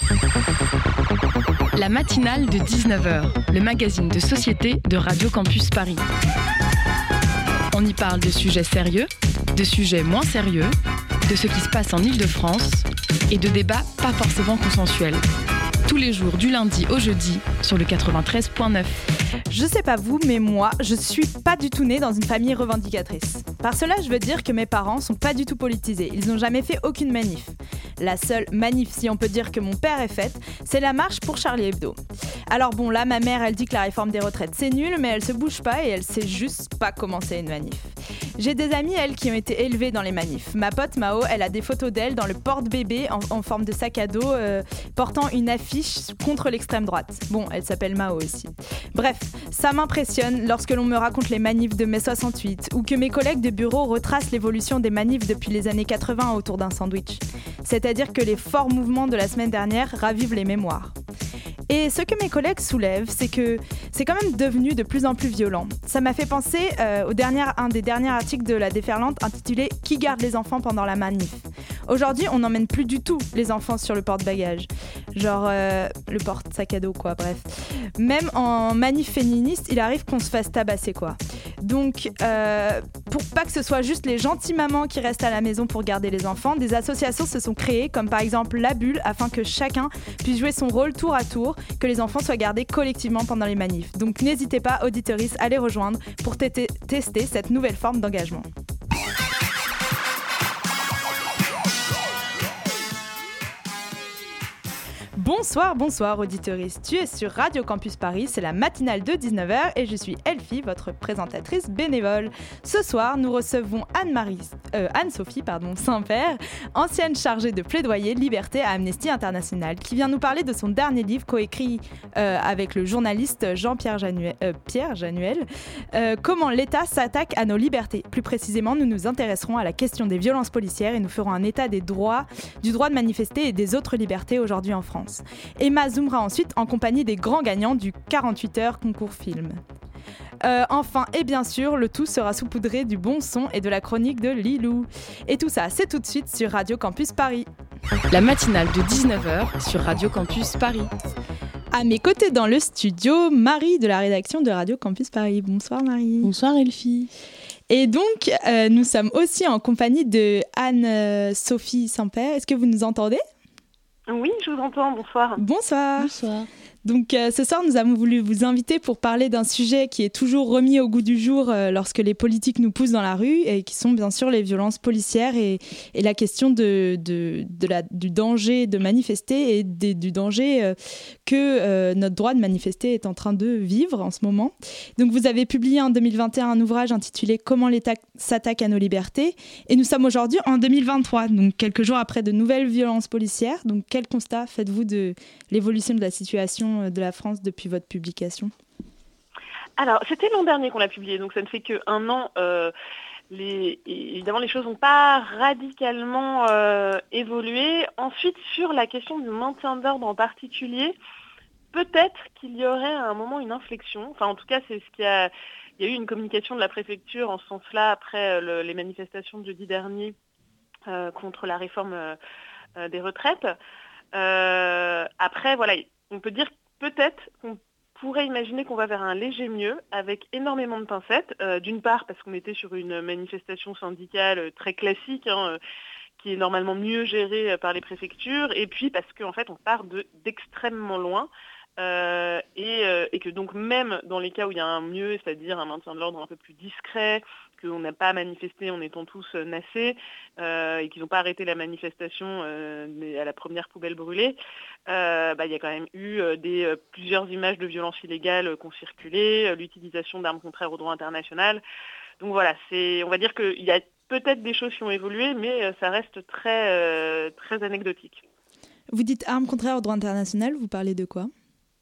La matinale de 19h, le magazine de société de Radio Campus Paris. On y parle de sujets sérieux, de sujets moins sérieux, de ce qui se passe en Île-de-France et de débats pas forcément consensuels. Tous les jours du lundi au jeudi sur le 93.9. Je sais pas vous, mais moi, je suis pas du tout née dans une famille revendicatrice. Par cela, je veux dire que mes parents sont pas du tout politisés. Ils n'ont jamais fait aucune manif. La seule manif, si on peut dire que mon père est faite, c'est la marche pour Charlie Hebdo. Alors bon, là, ma mère, elle dit que la réforme des retraites, c'est nul, mais elle se bouge pas et elle sait juste pas comment c'est une manif. J'ai des amies, elles, qui ont été élevées dans les manifs. Ma pote Mao, elle a des photos d'elle dans le porte-bébé en forme de sac à dos, portant une affiche contre l'extrême droite. Bon, elle s'appelle Mao aussi. Bref, ça m'impressionne lorsque l'on me raconte les manifs de mai 68 ou que mes collègues de bureau retracent l'évolution des manifs depuis les années 80 autour d'un sandwich. C'est-à-dire que les forts mouvements de la semaine dernière ravivent les mémoires. Et ce que mes collègues soulèvent, c'est que c'est quand même devenu de plus en plus violent. Ça m'a fait penser un des derniers articles de La Déferlante intitulé « Qui garde les enfants pendant la manif ?» Aujourd'hui, on n'emmène plus du tout les enfants sur le porte-bagages. Genre le porte-sac à dos, quoi, bref. Même en manif féministe, il arrive qu'on se fasse tabasser, quoi. Donc, pour pas que ce soit juste les gentilles mamans qui restent à la maison pour garder les enfants, des associations se sont créées, comme par exemple La Bulle, afin que chacun puisse jouer son rôle tour à tour, que les enfants soient gardés collectivement pendant les manifs. Donc n'hésitez pas, auditeuristes, à les rejoindre pour tester cette nouvelle forme d'engagement. Bonsoir auditeuristes, tu es sur Radio Campus Paris, c'est la matinale de 19h et je suis Elfie, votre présentatrice bénévole. Ce soir, nous recevons Anne-Sophie Saint-Père, ancienne chargée de plaidoyer liberté à Amnesty International, qui vient nous parler de son dernier livre coécrit avec le journaliste Jean-Pierre Januel, Comment l'État s'attaque à nos libertés. Plus précisément, nous nous intéresserons à la question des violences policières et nous ferons un état du droit de manifester et des autres libertés aujourd'hui en France. Emma zoomera ensuite en compagnie des grands gagnants du 48 heures concours film. Enfin, et bien sûr, le tout sera saupoudré du bon son et de la chronique de Lilou. Et tout ça, c'est tout de suite sur Radio Campus Paris. La matinale de 19h sur Radio Campus Paris. À mes côtés dans le studio, Marie de la rédaction de Radio Campus Paris. Bonsoir Marie. Bonsoir Elfie. Et donc, nous sommes aussi en compagnie de Anne-Sophie Saint-Père. Est-ce que vous nous entendez ? Oui, je vous entends, bonsoir. Bonsoir. Donc ce soir, nous avons voulu vous inviter pour parler d'un sujet qui est toujours remis au goût du jour lorsque les politiques nous poussent dans la rue et qui sont bien sûr les violences policières et la question du danger de manifester et du danger que notre droit de manifester est en train de vivre en ce moment. Donc vous avez publié en 2021 un ouvrage intitulé « Comment l'État s'attaque à nos libertés » et nous sommes aujourd'hui en 2023, donc quelques jours après de nouvelles violences policières. Donc quel constat faites-vous de l'évolution de la situation de la France depuis votre publication ? Alors, c'était l'an dernier qu'on l'a publié, donc ça ne fait qu'un an. Évidemment, les choses n'ont pas radicalement évolué. Ensuite, sur la question du maintien d'ordre en particulier, peut-être qu'il y aurait à un moment une inflexion. Enfin, en tout cas, c'est ce qu'il y a. Il y a eu une communication de la préfecture en ce sens-là après les manifestations de jeudi dernier contre la réforme des retraites. Après, voilà, on peut dire peut-être qu'on pourrait imaginer qu'on va vers un léger mieux avec énormément de pincettes. D'une part parce qu'on était sur une manifestation syndicale très classique, qui est normalement mieux gérée par les préfectures, et puis parce qu'en fait on part d'extrêmement loin. Et que donc même dans les cas où il y a un mieux, c'est-à-dire un maintien de l'ordre un peu plus discret, qu'on n'a pas manifesté en étant tous nassés et qu'ils n'ont pas arrêté la manifestation à la première poubelle brûlée, il y a quand même eu plusieurs images de violences illégales qui ont circulé, l'utilisation d'armes contraires au droit international. Donc voilà, on va dire qu'il y a peut-être des choses qui ont évolué, mais ça reste très, très anecdotique. Vous dites armes contraires au droit international, vous parlez de quoi ?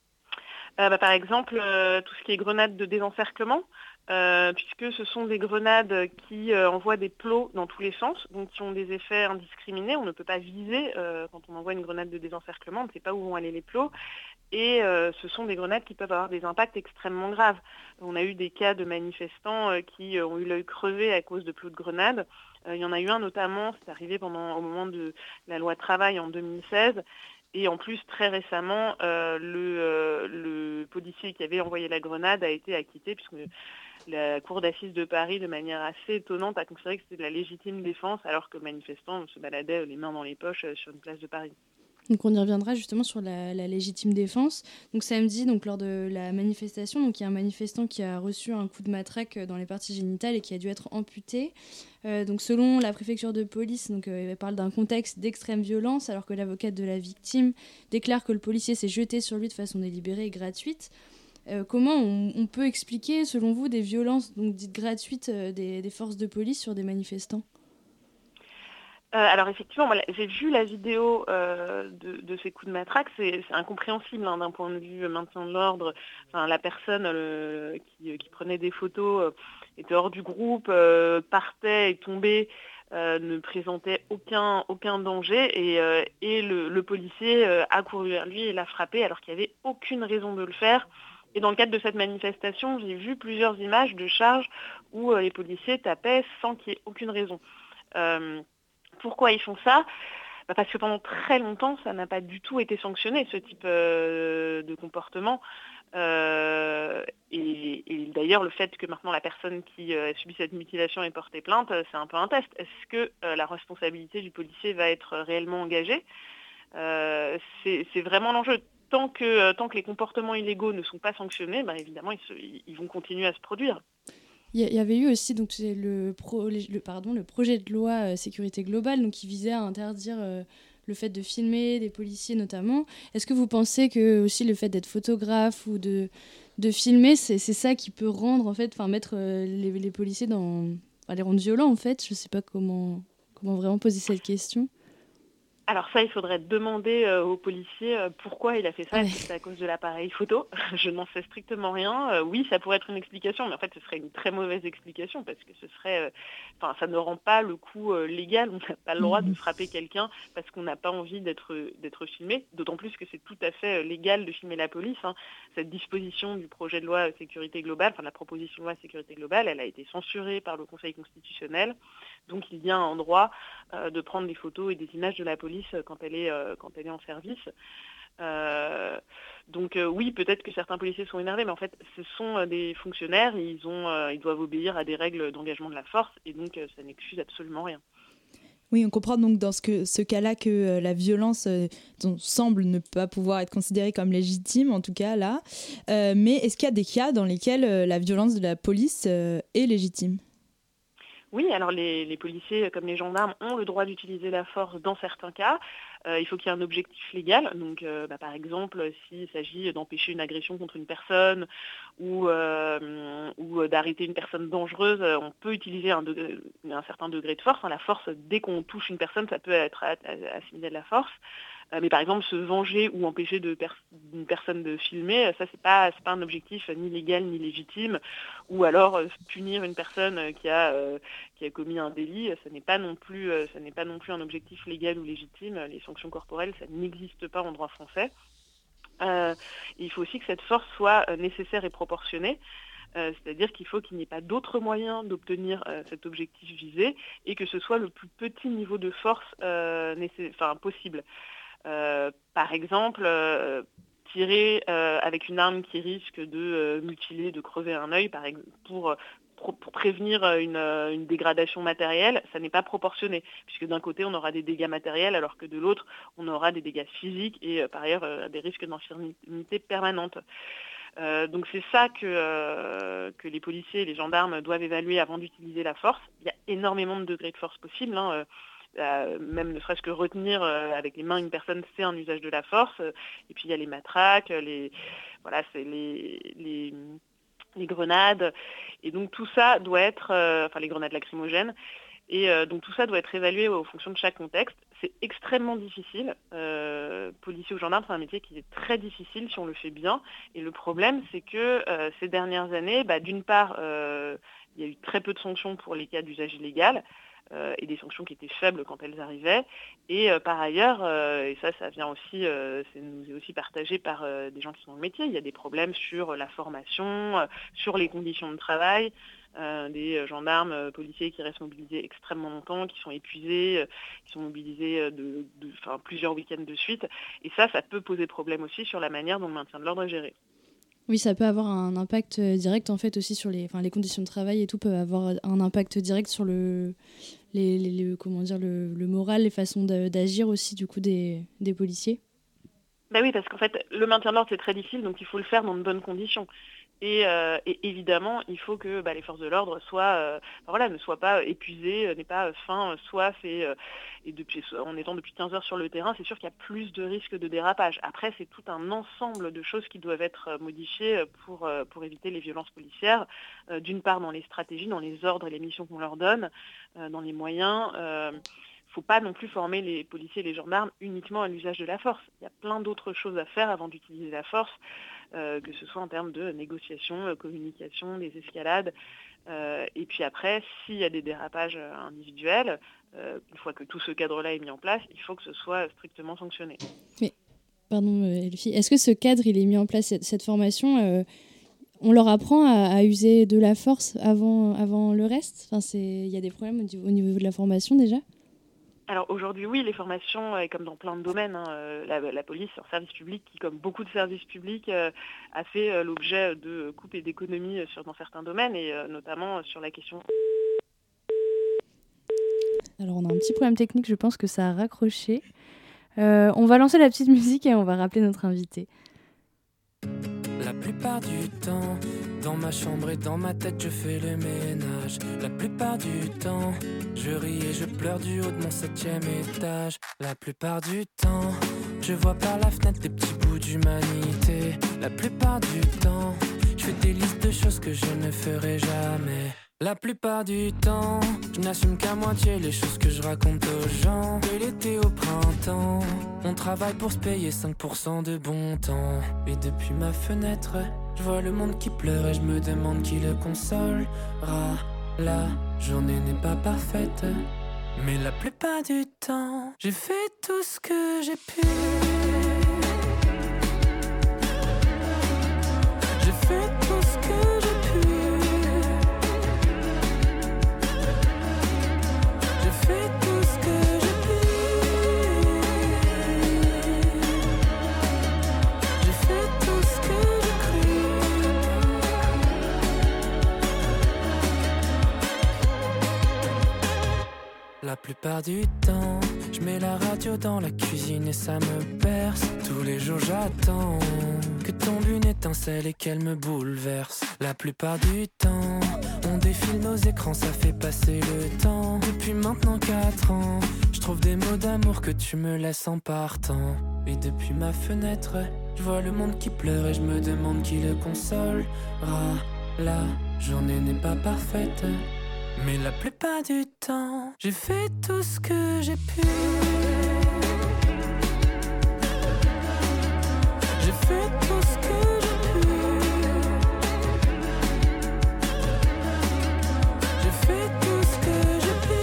Par exemple, tout ce qui est grenades de désencerclement, puisque ce sont des grenades qui envoient des plots dans tous les sens, donc qui ont des effets indiscriminés. On ne peut pas viser quand on envoie une grenade de désencerclement, on ne sait pas où vont aller les plots. Et ce sont des grenades qui peuvent avoir des impacts extrêmement graves. On a eu des cas de manifestants qui ont eu l'œil crevé à cause de plots de grenades. Il y en a eu un notamment, c'est arrivé au moment de la loi travail en 2016. Et en plus, très récemment, le policier qui avait envoyé la grenade a été acquitté, puisque la cour d'assises de Paris, de manière assez étonnante, a considéré que c'était de la légitime défense, alors que le manifestant se baladait les mains dans les poches sur une place de Paris. Donc on y reviendra justement sur la légitime défense. Donc samedi, donc lors de la manifestation, donc il y a un manifestant qui a reçu un coup de matraque dans les parties génitales et qui a dû être amputé. Donc selon la préfecture de police, donc elle parle d'un contexte d'extrême violence, alors que l'avocate de la victime déclare que le policier s'est jeté sur lui de façon délibérée et gratuite. Comment on peut expliquer, selon vous, des violences donc dites gratuites des forces de police sur des manifestants ? Alors effectivement, moi, j'ai vu la vidéo de ces coups de matraque, c'est incompréhensible d'un point de vue maintien de l'ordre. Enfin, la personne qui prenait des photos était hors du groupe, partait et tombait, ne présentait aucun danger et le policier a couru vers lui et l'a frappé alors qu'il n'y avait aucune raison de le faire. Et dans le cadre de cette manifestation, j'ai vu plusieurs images de charges où les policiers tapaient sans qu'il y ait aucune raison. Pourquoi ils font ça ? Parce que pendant très longtemps, ça n'a pas du tout été sanctionné, ce type de comportement. Et d'ailleurs, le fait que maintenant la personne qui a subi cette mutilation ait porté plainte, c'est un peu un test. Est-ce que la responsabilité du policier va être réellement engagée ? C'est vraiment l'enjeu. Tant que les comportements illégaux ne sont pas sanctionnés, évidemment, ils vont continuer à se produire. Il y avait eu aussi donc, le projet de loi sécurité globale donc, qui visait à interdire le fait de filmer des policiers notamment. Est-ce que vous pensez que aussi le fait d'être photographe ou de filmer, c'est ça qui peut rendre, en fait, mettre les policiers les rendre violents en fait ? Je ne sais pas comment vraiment poser cette question. Alors ça, il faudrait demander au policier pourquoi il a fait ça. Est-ce que c'est à cause de l'appareil photo ? Je n'en sais strictement rien. Oui, ça pourrait être une explication, mais en fait, ce serait une très mauvaise explication parce que ça ne rend pas le coup légal. On n'a pas le droit de frapper quelqu'un parce qu'on n'a pas envie d'être filmé, d'autant plus que c'est tout à fait légal de filmer la police. Cette disposition du projet de loi sécurité globale, la proposition de loi sécurité globale, elle a été censurée par le Conseil constitutionnel. Donc il y a un droit de prendre des photos et des images de la police quand elle est en service. Donc oui, peut-être que certains policiers sont énervés, mais en fait, ce sont des fonctionnaires, ils doivent obéir à des règles d'engagement de la force, et donc ça n'excuse absolument rien. Oui, on comprend donc dans ce cas-là que la violence semble ne pas pouvoir être considérée comme légitime, en tout cas là. Mais est-ce qu'il y a des cas dans lesquels la violence de la police est légitime ? Oui, alors les policiers comme les gendarmes ont le droit d'utiliser la force dans certains cas. Il faut qu'il y ait un objectif légal. Donc, par exemple, s'il s'agit d'empêcher une agression contre une personne ou d'arrêter une personne dangereuse, on peut utiliser un certain degré de force. La force, dès qu'on touche une personne, ça peut être assimilé de la force. Mais par exemple, se venger ou empêcher une personne de filmer, ça, c'est pas un objectif ni légal ni légitime. Ou alors punir une personne qui a commis un délit, ça n'est pas non plus un objectif légal ou légitime. Les sanctions corporelles, ça n'existe pas en droit français. Il faut aussi que cette force soit nécessaire et proportionnée. C'est-à-dire qu'il faut qu'il n'y ait pas d'autre moyen d'obtenir cet objectif visé et que ce soit le plus petit niveau de force possible. Par exemple, tirer avec une arme qui risque de mutiler, de crever un œil, pour prévenir une dégradation matérielle, ça n'est pas proportionné, puisque d'un côté on aura des dégâts matériels, alors que de l'autre on aura des dégâts physiques et par ailleurs des risques d'infirmité permanente. Donc c'est ça que les policiers et les gendarmes doivent évaluer avant d'utiliser la force. Il y a énormément de degrés de force possibles. Même ne serait-ce que retenir avec les mains une personne, c'est un usage de la force. Et puis il y a les matraques, les grenades. Et donc tout ça doit être, les grenades lacrymogènes. Et donc tout ça doit être évalué en fonction de chaque contexte. C'est extrêmement difficile. Policier ou gendarme, c'est un métier qui est très difficile si on le fait bien. Et le problème, c'est que ces dernières années, d'une part, il y a eu très peu de sanctions pour les cas d'usage illégal. et des sanctions qui étaient faibles quand elles arrivaient. Et par ailleurs, et ça vient aussi, nous est aussi partagé par des gens qui sont dans le métier, il y a des problèmes sur la formation, sur les conditions de travail, des gendarmes, policiers qui restent mobilisés extrêmement longtemps, qui sont épuisés, qui sont mobilisés plusieurs week-ends de suite. Et ça peut poser problème aussi sur la manière dont le maintien de l'ordre est géré. Oui, ça peut avoir un impact direct en fait aussi sur les conditions de travail et tout peut avoir un impact direct sur le moral, les façons d'agir aussi du coup des policiers. Ben oui, parce qu'en fait, le maintien de l'ordre c'est très difficile, donc il faut le faire dans de bonnes conditions. Et évidemment, il faut que les forces de l'ordre ne soient pas épuisées, n'aient pas faim, soif. En étant depuis 15 heures sur le terrain, c'est sûr qu'il y a plus de risques de dérapage. Après, c'est tout un ensemble de choses qui doivent être modifiées pour éviter les violences policières. D'une part, dans les stratégies, dans les ordres et les missions qu'on leur donne, dans les moyens. Il ne faut pas non plus former les policiers et les gendarmes uniquement à l'usage de la force. Il y a plein d'autres choses à faire avant d'utiliser la force. Que ce soit en termes de négociation, communication, des escalades. Et puis après, s'il y a des dérapages individuels, une fois que tout ce cadre-là est mis en place, il faut que ce soit strictement sanctionné. Mais, pardon Elfie, est-ce que ce cadre, il est mis en place, cette formation on leur apprend à user de la force avant le reste ? Il y a des problèmes au niveau de la formation déjà ? Alors aujourd'hui, oui, les formations, comme dans plein de domaines, la police, c'est un service public qui, comme beaucoup de services publics, a fait l'objet de coupes et d'économies dans certains domaines, et notamment sur la question... Alors on a un petit problème technique, je pense que ça a raccroché. On va lancer la petite musique et on va rappeler notre invité. La plupart du temps, dans ma chambre et dans ma tête, je fais le ménage. La plupart du temps, je ris et je pleure du haut de mon 7e étage. La plupart du temps, je vois par la fenêtre des petits bouts d'humanité. La plupart du temps, je fais des listes de choses que je ne ferai jamais. La plupart du temps, je n'assume qu'à moitié les choses que je raconte aux gens. De l'été au printemps, on travaille pour se payer 5% de bon temps. Et depuis ma fenêtre, je vois le monde qui pleure et je me demande qui le consolera. La journée n'est pas parfaite, mais la plupart du temps, j'ai fait tout ce que j'ai pu. J'ai fait tout ce que j'ai pu. La plupart du temps, je mets la radio dans la cuisine et ça me berce. Tous les jours j'attends que tombe une étincelle et qu'elle me bouleverse. La plupart du temps, on défile nos écrans, ça fait passer le temps. Depuis maintenant 4 ans, je trouve des mots d'amour que tu me laisses en partant. Et depuis ma fenêtre, je vois le monde qui pleure et je me demande qui le consolera. La journée n'est pas parfaite, mais la plupart du temps, j'ai fait tout ce que j'ai pu. J'ai fait tout ce que j'ai pu. J'ai fait tout ce que j'ai pu.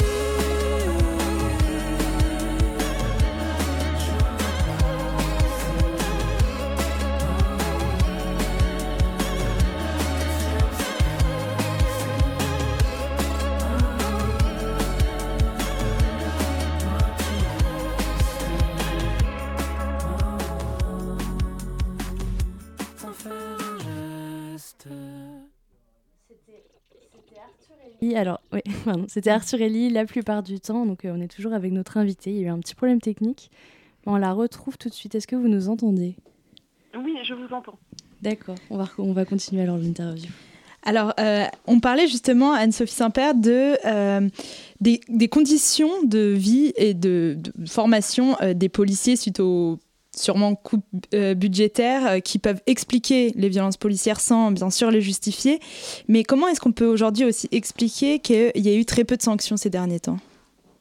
Alors, oui, pardon, c'était Arthur Elie la plupart du temps, donc on est toujours avec notre invité. Il y a eu un petit problème technique, mais on la retrouve tout de suite. Est-ce que vous nous entendez ? Oui, je vous entends. D'accord, on va continuer alors l'interview. Alors, on parlait justement, Anne-Sophie Saint-Père, des conditions de vie et de formation des policiers suite aux sûrement coupes budgétaires qui peuvent expliquer les violences policières sans bien sûr les justifier. Mais comment est-ce qu'on peut aujourd'hui aussi expliquer qu'il y a eu très peu de sanctions ces derniers temps ?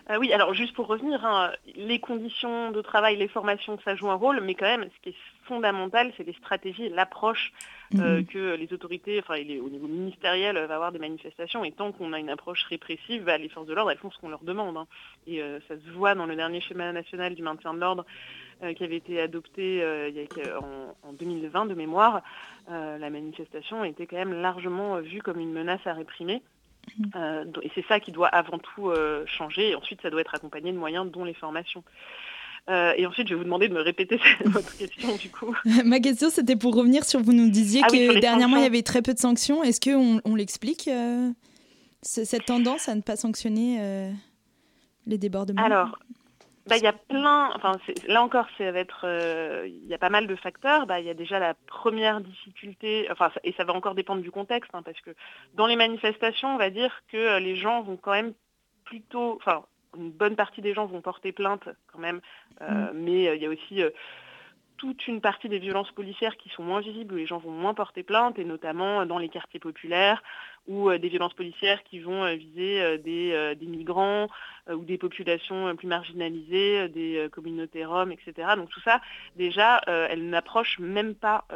Oui, alors juste pour revenir, les conditions de travail, les formations, ça joue un rôle, mais quand même, ce qui est fondamental, c'est les stratégies, l'approche que les autorités, au niveau ministériel, va avoir des manifestations. Et tant qu'on a une approche répressive, les forces de l'ordre, elles font ce qu'on leur demande. Et ça se voit dans le dernier schéma national du maintien de l'ordre qui avait été adopté en 2020 de mémoire. La manifestation était quand même largement vue comme une menace à réprimer. Et c'est ça qui doit avant tout changer. Et ensuite, ça doit être accompagné de moyens, dont les formations. Et ensuite, je vais vous demander de me répéter votre question, du coup. Ma question, c'était pour revenir sur... Vous nous disiez que dernièrement, sanctions. Il y avait très peu de sanctions. Est-ce qu'on l'explique, cette tendance à ne pas sanctionner les débordements ? Alors, il y a plein... là encore, ça va être... il y a pas mal de facteurs. Il y a déjà la première difficulté... et ça va encore dépendre du contexte, parce que dans les manifestations, on va dire que les gens vont quand même plutôt... une bonne partie des gens vont porter plainte quand même, mais il y a aussi toute une partie des violences policières qui sont moins visibles, où les gens vont moins porter plainte, et notamment dans les quartiers populaires, ou des violences policières qui vont viser des migrants ou des populations plus marginalisées, des communautés roms, etc. Donc tout ça, déjà, elles n'approchent même pas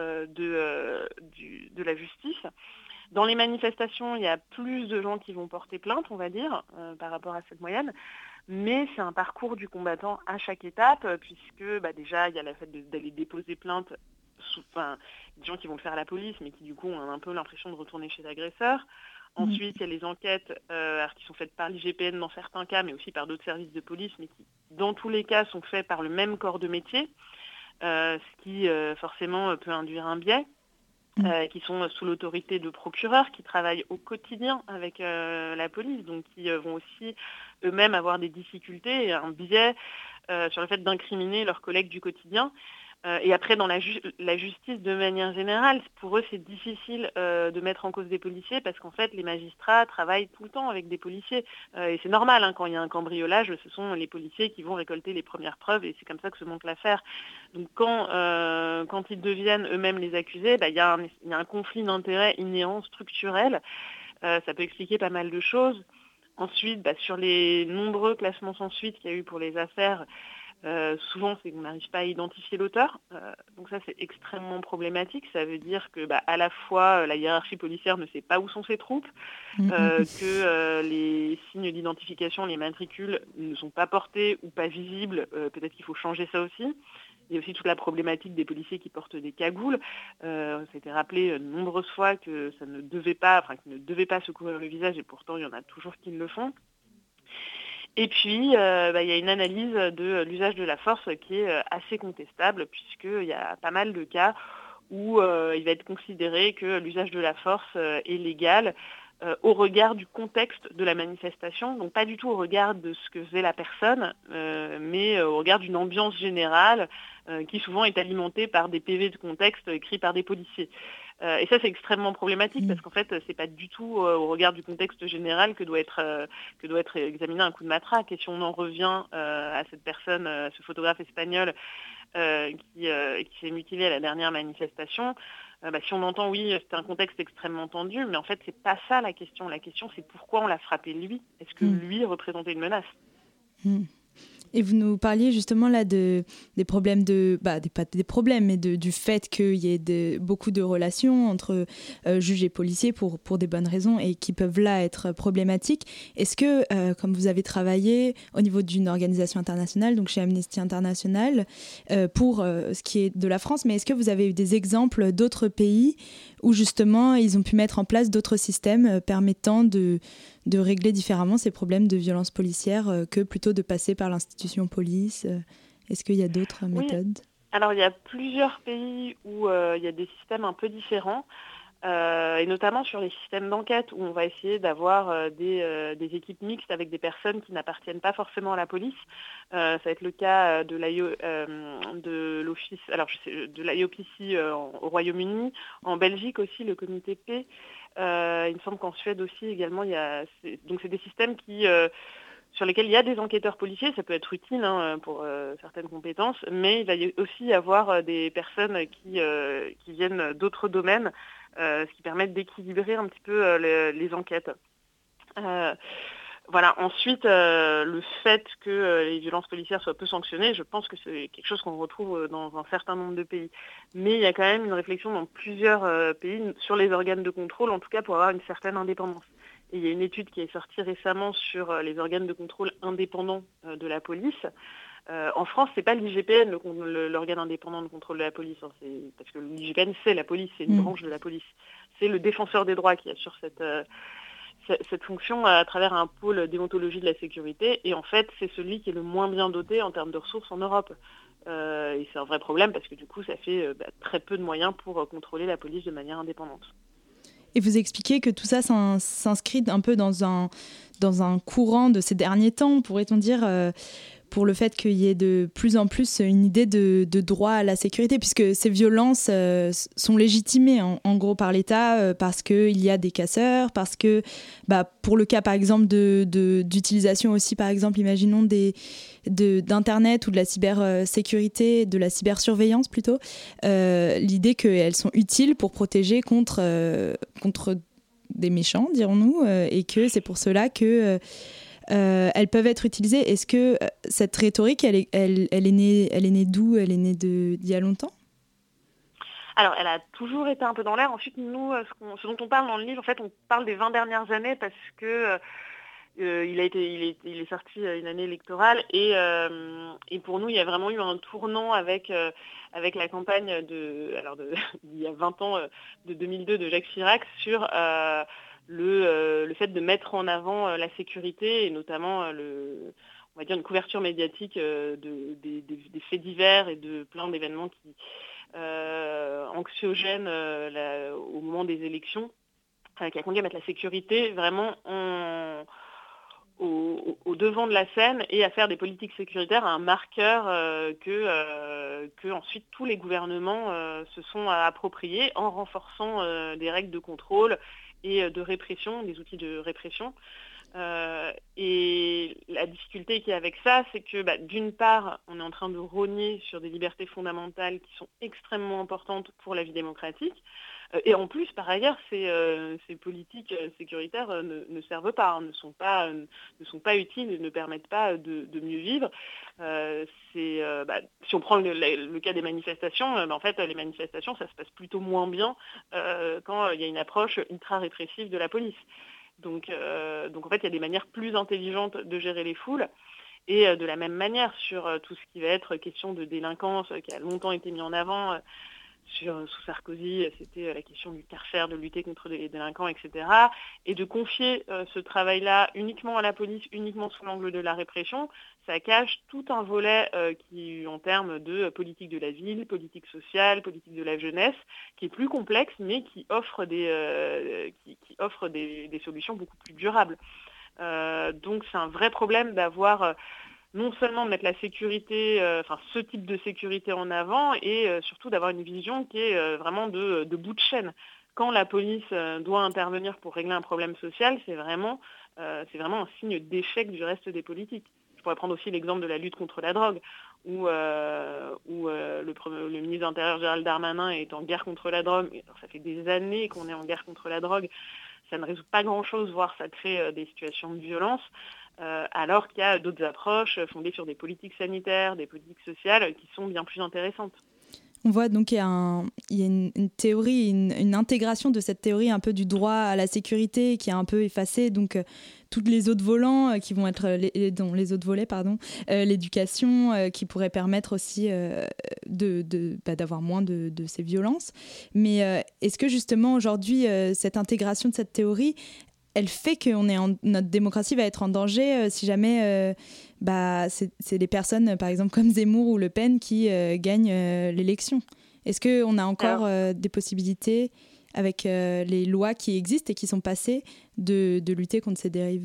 de la justice. Dans les manifestations, il y a plus de gens qui vont porter plainte, on va dire, par rapport à cette moyenne. Mais c'est un parcours du combattant à chaque étape, puisque déjà, il y a le fait d'aller déposer plainte, des gens qui vont le faire à la police, mais qui du coup ont un peu l'impression de retourner chez l'agresseur. Ensuite, il y a les enquêtes qui sont faites par l'IGPN dans certains cas, mais aussi par d'autres services de police, mais qui, dans tous les cas, sont faits par le même corps de métier, ce qui forcément peut induire un biais. Qui sont sous l'autorité de procureurs qui travaillent au quotidien avec la police, donc qui vont aussi eux-mêmes avoir des difficultés et un biais sur le fait d'incriminer leurs collègues du quotidien. Et après, dans la justice, de manière générale, pour eux, c'est difficile de mettre en cause des policiers parce qu'en fait, les magistrats travaillent tout le temps avec des policiers. Et c'est normal, quand il y a un cambriolage, ce sont les policiers qui vont récolter les premières preuves et c'est comme ça que se monte l'affaire. Donc quand ils deviennent eux-mêmes les accusés, il y a un conflit d'intérêts inhérent, structurel. Ça peut expliquer pas mal de choses. Ensuite, sur les nombreux classements sans suite qu'il y a eu pour les affaires, souvent, c'est qu'on n'arrive pas à identifier l'auteur. Donc ça, c'est extrêmement problématique. Ça veut dire que à la fois, la hiérarchie policière ne sait pas où sont ses troupes, que les signes d'identification, les matricules ne sont pas portés ou pas visibles. Peut-être qu'il faut changer ça aussi. Il y a aussi toute la problématique des policiers qui portent des cagoules. Ça a été rappelé de nombreuses fois que ça ne devait pas, qu'ils ne devaient pas se couvrir le visage, et pourtant, il y en a toujours qui le font. Et puis, il y a une analyse de l'usage de la force qui est assez contestable, puisqu'il y a pas mal de cas où il va être considéré que l'usage de la force est légal au regard du contexte de la manifestation, donc pas du tout au regard de ce que faisait la personne, mais au regard d'une ambiance générale qui souvent est alimentée par des PV de contexte écrits par des policiers. Et ça, c'est extrêmement problématique parce qu'en fait, c'est pas du tout au regard du contexte général que doit être examiné un coup de matraque. Et si on en revient à cette personne, ce photographe espagnol qui s'est mutilé à la dernière manifestation, si on entend, oui, c'est un contexte extrêmement tendu, mais en fait, c'est pas ça la question. La question, c'est pourquoi on l'a frappé lui. Est-ce que lui représentait une menace ? Et vous nous parliez justement là des problèmes pas des problèmes, mais du fait qu'il y ait beaucoup de relations entre juges et policiers pour des bonnes raisons et qui peuvent là être problématiques. Est-ce que, comme vous avez travaillé au niveau d'une organisation internationale, donc chez Amnesty International, pour ce qui est de la France, mais est-ce que vous avez eu des exemples d'autres pays où justement ils ont pu mettre en place d'autres systèmes permettant de régler différemment ces problèmes de violence policière que plutôt de passer par l'institution police? Est-ce qu'il y a d'autres méthodes ? Alors il y a plusieurs pays où il y a des systèmes un peu différents, et notamment sur les systèmes d'enquête où on va essayer d'avoir des équipes mixtes avec des personnes qui n'appartiennent pas forcément à la police. Ça va être le cas de l'IOPC au Royaume-Uni, en Belgique aussi le comité P. Il me semble qu'en Suède aussi également donc c'est des systèmes sur lesquels il y a des enquêteurs policiers. Ça peut être utile pour certaines compétences, mais il va aussi y avoir des personnes qui viennent d'autres domaines, ce qui permet d'équilibrer un petit peu les enquêtes. Voilà. Ensuite, le fait que les violences policières soient peu sanctionnées, je pense que c'est quelque chose qu'on retrouve dans un certain nombre de pays. Mais il y a quand même une réflexion dans plusieurs pays sur les organes de contrôle, en tout cas pour avoir une certaine indépendance. Et il y a une étude qui est sortie récemment sur les organes de contrôle indépendants de la police. En France, c'est pas l'IGPN, l'organe indépendant de contrôle de la police, hein, parce que l'IGPN, c'est la police, c'est une branche de la police. C'est le défenseur des droits qui assure cette fonction à travers un pôle déontologie de la sécurité. Et en fait, c'est celui qui est le moins bien doté en termes de ressources en Europe. Et c'est un vrai problème parce que du coup, ça fait très peu de moyens pour contrôler la police de manière indépendante. Et vous expliquez que tout ça s'inscrit un peu dans un courant de ces derniers temps, pourrait-on dire, pour le fait qu'il y ait de plus en plus une idée de droit à la sécurité, puisque ces violences sont légitimées en gros par l'État, parce qu'il y a des casseurs, parce que pour le cas par exemple d'utilisation aussi, par exemple, imaginons d'Internet ou de la cybersécurité, de la cybersurveillance plutôt, l'idée qu'elles sont utiles pour protéger contre des méchants, dirons-nous, et que c'est pour cela que elles peuvent être utilisées. Est-ce que cette rhétorique, elle est née d'où ? Elle est née d'il y a longtemps ? Alors, elle a toujours été un peu dans l'air. Ensuite, nous, ce dont on parle dans le livre, en fait, on parle des 20 dernières années parce que il est sorti une année électorale et pour nous, il y a vraiment eu un tournant avec la campagne il y a 20 ans, de 2002 de Jacques Chirac sur le fait de mettre en avant la sécurité et notamment on va dire une couverture médiatique des faits divers et de plein d'événements qui anxiogènes au moment des élections, qui a conduit à mettre la sécurité vraiment au devant de la scène et à faire des politiques sécuritaires un marqueur que ensuite tous les gouvernements se sont appropriés en renforçant des règles de contrôle et de répression, des outils de répression. Et la difficulté qu'il y a avec ça, c'est que d'une part, on est en train de rogner sur des libertés fondamentales qui sont extrêmement importantes pour la vie démocratique. Et en plus, par ailleurs, ces politiques sécuritaires ne servent pas, ne sont pas utiles et ne permettent pas de mieux vivre. Si on prend le cas des manifestations, en fait, les manifestations, ça se passe plutôt moins bien quand il y a une approche ultra répressive de la police. Donc en fait, il y a des manières plus intelligentes de gérer les foules. Et de la même manière, sur tout ce qui va être question de délinquance, qui a longtemps été mis en avant, sous Sarkozy, c'était la question du carcer, de lutter contre les délinquants, etc. Et de confier ce travail-là uniquement à la police, uniquement sous l'angle de la répression, ça cache tout un volet qui, en termes de politique de la ville, politique sociale, politique de la jeunesse, qui est plus complexe, mais qui offre des solutions beaucoup plus durables. Donc c'est un vrai problème d'avoir... non seulement de mettre la sécurité, ce type de sécurité en avant, et surtout d'avoir une vision qui est vraiment de bout de chaîne. Quand la police doit intervenir pour régler un problème social, c'est vraiment un signe d'échec du reste des politiques. Je pourrais prendre aussi l'exemple de la lutte contre la drogue, où le ministre de l'Intérieur Gérald Darmanin est en guerre contre la drogue. Alors, ça fait des années qu'on est en guerre contre la drogue. Ça ne résout pas grand-chose, voire ça crée des situations de violence. Alors qu'il y a d'autres approches fondées sur des politiques sanitaires, des politiques sociales qui sont bien plus intéressantes. On voit donc qu'il y a une théorie, une intégration de cette théorie un peu du droit à la sécurité qui a un peu effacé donc tous les autres volants qui vont être les autres volets, l'éducation qui pourrait permettre aussi d'avoir moins de ces violences. Mais est-ce que justement aujourd'hui cette intégration de cette théorie, elle fait que notre démocratie va être en danger si jamais c'est des personnes, par exemple, comme Zemmour ou Le Pen qui gagnent l'élection. Est-ce qu'on a encore des possibilités, avec les lois qui existent et qui sont passées, de lutter contre ces dérives ?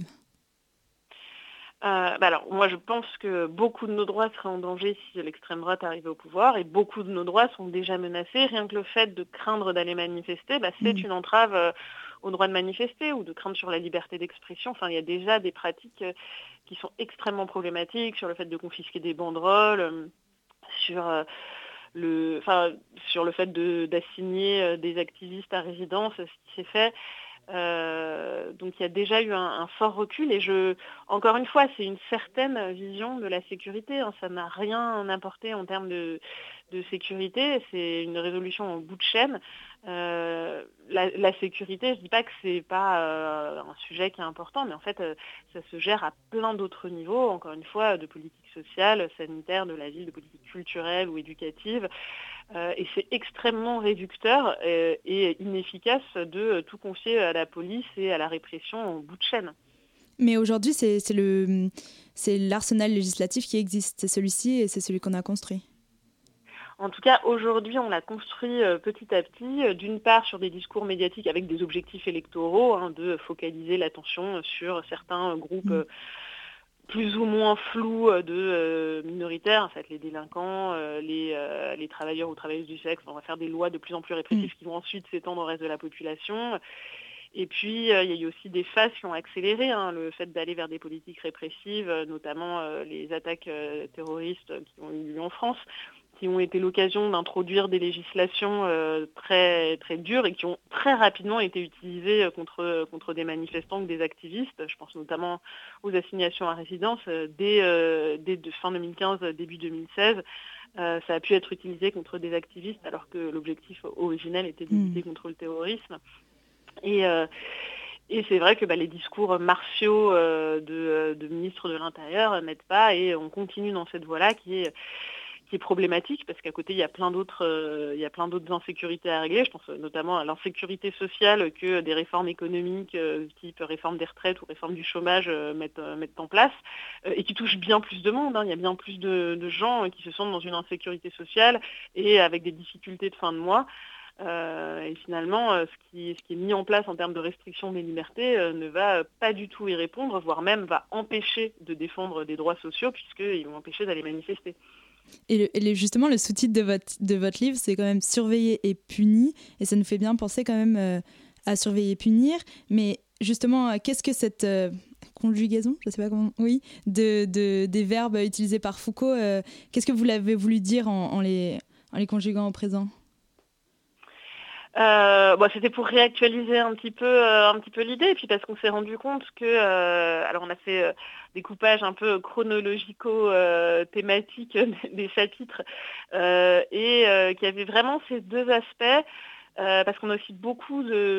Alors, moi, je pense que beaucoup de nos droits seraient en danger si l'extrême droite arrivait au pouvoir, et beaucoup de nos droits sont déjà menacés. Rien que le fait de craindre d'aller manifester, c'est une entrave au droit de manifester ou de craindre sur la liberté d'expression. Enfin, il y a déjà des pratiques qui sont extrêmement problématiques sur le fait de confisquer des banderoles, sur le fait d'assigner des activistes à résidence, ce qui s'est fait. Donc il y a déjà eu un fort recul et encore une fois, c'est une certaine vision de la sécurité. Ça n'a rien apporté en termes de sécurité. C'est une résolution en bout de chaîne. La sécurité, je ne dis pas que c'est pas un sujet qui est important, mais en fait, ça se gère à plein d'autres niveaux, encore une fois, de politique sociale, sanitaire, de la ville, de politique culturelle ou éducative. Et c'est extrêmement réducteur et inefficace de tout confier à la police et à la répression en bout de chaîne. Mais aujourd'hui, c'est l'arsenal législatif qui existe. C'est celui-ci et c'est celui qu'on a construit. En tout cas, aujourd'hui, on l'a construit petit à petit, d'une part sur des discours médiatiques avec des objectifs électoraux, de focaliser l'attention sur certains groupes plus ou moins flous de minoritaires, en fait, les délinquants, les travailleurs ou travailleuses du sexe. On va faire des lois de plus en plus répressives qui vont ensuite s'étendre au reste de la population. Et puis, il y a eu aussi des phases qui ont accéléré le fait d'aller vers des politiques répressives, notamment les attaques terroristes qui ont eu lieu en France, qui ont été l'occasion d'introduire des législations très, très dures et qui ont très rapidement été utilisées contre des manifestants ou des activistes. Je pense notamment aux assignations à résidence dès fin 2015, début 2016. Ça a pu être utilisé contre des activistes alors que l'objectif originel était de lutter contre le terrorisme. Et c'est vrai que les discours martiaux de ministres de l'Intérieur n'aident pas et on continue dans cette voie-là qui est problématique parce qu'à côté il y a plein d'autres insécurités à régler. Je pense notamment à l'insécurité sociale que des réformes économiques type réforme des retraites ou réforme du chômage mettent en place et qui touchent bien plus de monde. Il y a bien plus de gens qui se sentent dans une insécurité sociale et avec des difficultés de fin de mois. Et finalement, ce qui est mis en place en termes de restriction des libertés ne va pas du tout y répondre, voire même va empêcher de défendre des droits sociaux puisqu'ils vont empêcher d'aller manifester. Et justement, le sous-titre de votre livre, c'est quand même « Surveiller et punir ». Et ça nous fait bien penser quand même à surveiller et punir. Mais justement, qu'est-ce que cette conjugaison, je ne sais pas comment, des verbes utilisés par Foucault, qu'est-ce que vous l'avez voulu dire en les conjuguant au présent ? C'était pour réactualiser un petit peu l'idée, et puis parce qu'on s'est rendu compte que, alors on a fait découpage un peu chronologico-thématique des chapitres, et qu'il y avait vraiment ces deux aspects, parce qu'on a aussi beaucoup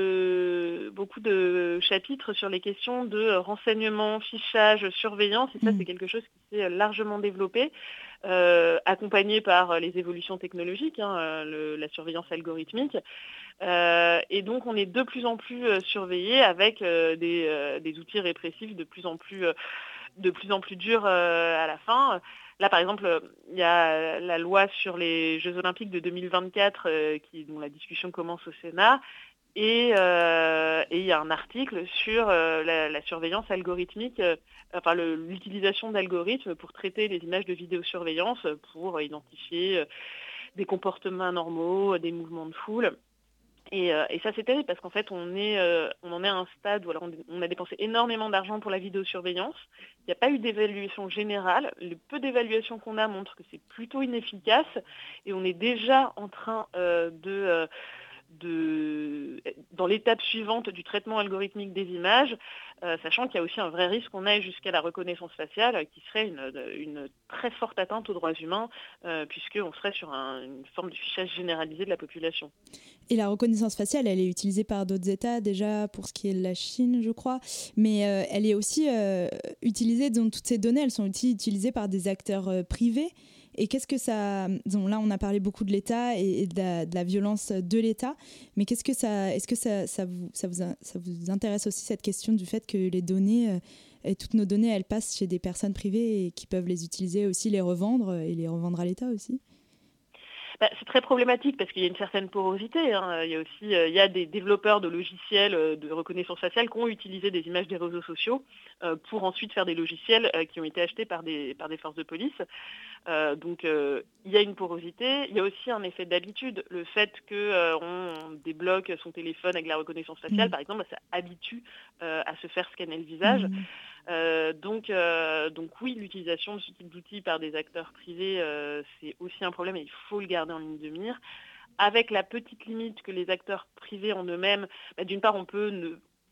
de chapitres sur les questions de renseignement, fichage, surveillance, et ça c'est quelque chose qui s'est largement développé. Accompagné par les évolutions technologiques, la surveillance algorithmique. Et donc on est de plus en plus surveillé avec des outils répressifs de plus en plus durs à la fin. Là, par exemple, il y a la loi sur les Jeux Olympiques de 2024 dont la discussion commence au Sénat. Et il y a un article sur la surveillance algorithmique, l'utilisation d'algorithmes pour traiter les images de vidéosurveillance, pour identifier des comportements anormaux, des mouvements de foule. Et ça, c'est terrible parce qu'en fait, on en est à un stade où on a dépensé énormément d'argent pour la vidéosurveillance. Il n'y a pas eu d'évaluation générale. Le peu d'évaluation qu'on a montre que c'est plutôt inefficace. Et on est déjà en train dans l'étape suivante du traitement algorithmique des images, sachant qu'il y a aussi un vrai risque qu'on aille jusqu'à la reconnaissance faciale, qui serait une très forte atteinte aux droits humains, puisqu'on serait sur une forme de fichage généralisé de la population. Et la reconnaissance faciale, elle est utilisée par d'autres États, déjà pour ce qui est de la Chine, je crois, mais elle est aussi utilisée, donc toutes ces données, elles sont aussi utilisées par des acteurs privés. Et qu'est-ce que ça... Donc là, on a parlé beaucoup de l'État et de la violence de l'État, mais est-ce que ça vous intéresse aussi, cette question du fait que les données, toutes nos données, elles passent chez des personnes privées et qui peuvent les utiliser aussi, les revendre et les revendre à l'État aussi ? C'est très problématique parce qu'il y a une certaine porosité. Il y a des développeurs de logiciels de reconnaissance faciale qui ont utilisé des images des réseaux sociaux pour ensuite faire des logiciels qui ont été achetés par des forces de police. Donc il y a une porosité. Il y a aussi un effet d'habitude. Le fait qu'on débloque son téléphone avec la reconnaissance faciale, par exemple, ça habitue à se faire scanner le visage. Donc oui, l'utilisation de ce type d'outils par des acteurs privés, c'est aussi un problème et il faut le garder en ligne de mire. Avec la petite limite que les acteurs privés en eux-mêmes, d'une part, on peut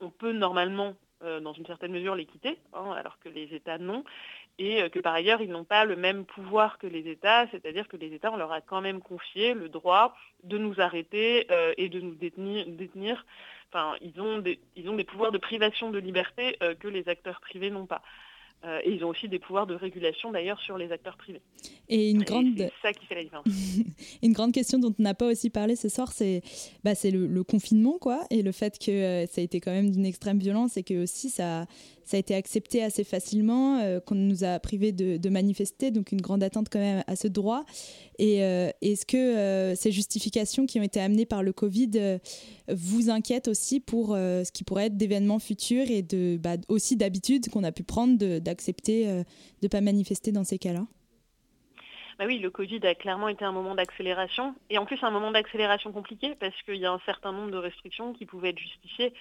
on peut normalement, dans une certaine mesure, les quitter, alors que les États non, et que par ailleurs, ils n'ont pas le même pouvoir que les États, c'est-à-dire que les États, on leur a quand même confié le droit de nous arrêter et de nous détenir. Enfin, ils ont des pouvoirs de privation de liberté que les acteurs privés n'ont pas. Et ils ont aussi des pouvoirs de régulation d'ailleurs sur les acteurs privés. Et c'est ça qui fait la différence. Une grande question dont on n'a pas aussi parlé ce soir, c'est le confinement, quoi, et le fait que ça a été quand même d'une extrême violence et que aussi ça a été accepté assez facilement, qu'on nous a privés de manifester, donc une grande attente quand même à ce droit. Et est-ce que ces justifications qui ont été amenées par le Covid vous inquiètent aussi pour ce qui pourrait être d'événements futurs et aussi d'habitude qu'on a pu prendre d'accepter de ne pas manifester dans ces cas-là? Bah oui, le Covid a clairement été un moment d'accélération, et en plus un moment d'accélération compliqué parce qu'il y a un certain nombre de restrictions qui pouvaient être justifiées.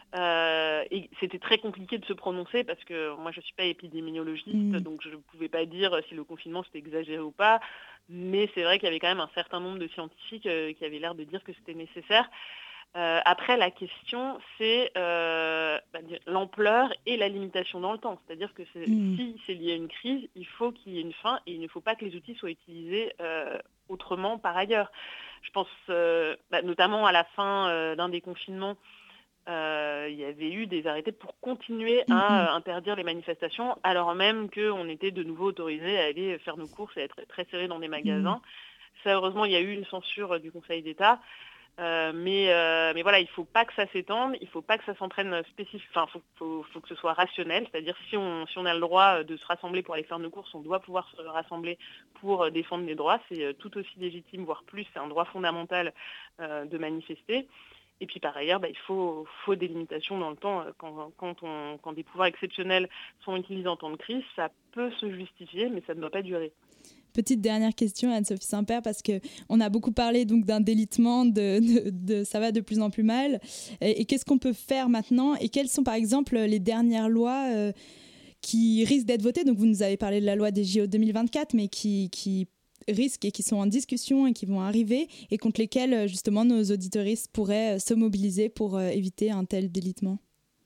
Et c'était très compliqué de se prononcer parce que moi je ne suis pas épidémiologiste, donc je ne pouvais pas dire si le confinement c'était exagéré ou pas, mais c'est vrai qu'il y avait quand même un certain nombre de scientifiques qui avaient l'air de dire que c'était nécessaire. Après, la question, c'est l'ampleur et la limitation dans le temps. C'est-à-dire que si c'est lié à une crise, il faut qu'il y ait une fin et il ne faut pas que les outils soient utilisés autrement par ailleurs. Je pense notamment à la fin d'un des confinements, il y avait eu des arrêtés pour continuer à interdire les manifestations, alors même qu'on était de nouveau autorisés à aller faire nos courses et à être très serrés dans des magasins. Ça, heureusement, il y a eu une censure du Conseil d'État. Mais voilà, il ne faut pas que ça s'étende, il ne faut pas que ça s'entraîne spécifique, enfin, faut que ce soit rationnel, c'est-à-dire si on a le droit de se rassembler pour aller faire nos courses, on doit pouvoir se rassembler pour défendre les droits, c'est tout aussi légitime, voire plus, c'est un droit fondamental de manifester. Et puis par ailleurs, il faut des limitations dans le temps. Quand des pouvoirs exceptionnels sont utilisés en temps de crise, ça peut se justifier, mais ça ne doit pas durer. Petite dernière question, Anne-Sophie Saint-Père, parce qu'on a beaucoup parlé donc, d'un délitement, ça va de plus en plus mal. Et qu'est-ce qu'on peut faire maintenant? Et quelles sont par exemple les dernières lois qui risquent d'être votées? Donc vous nous avez parlé de la loi des JO 2024, mais qui risquent et qui sont en discussion et qui vont arriver et contre lesquelles justement nos auditeuristes pourraient se mobiliser pour éviter un tel délitement.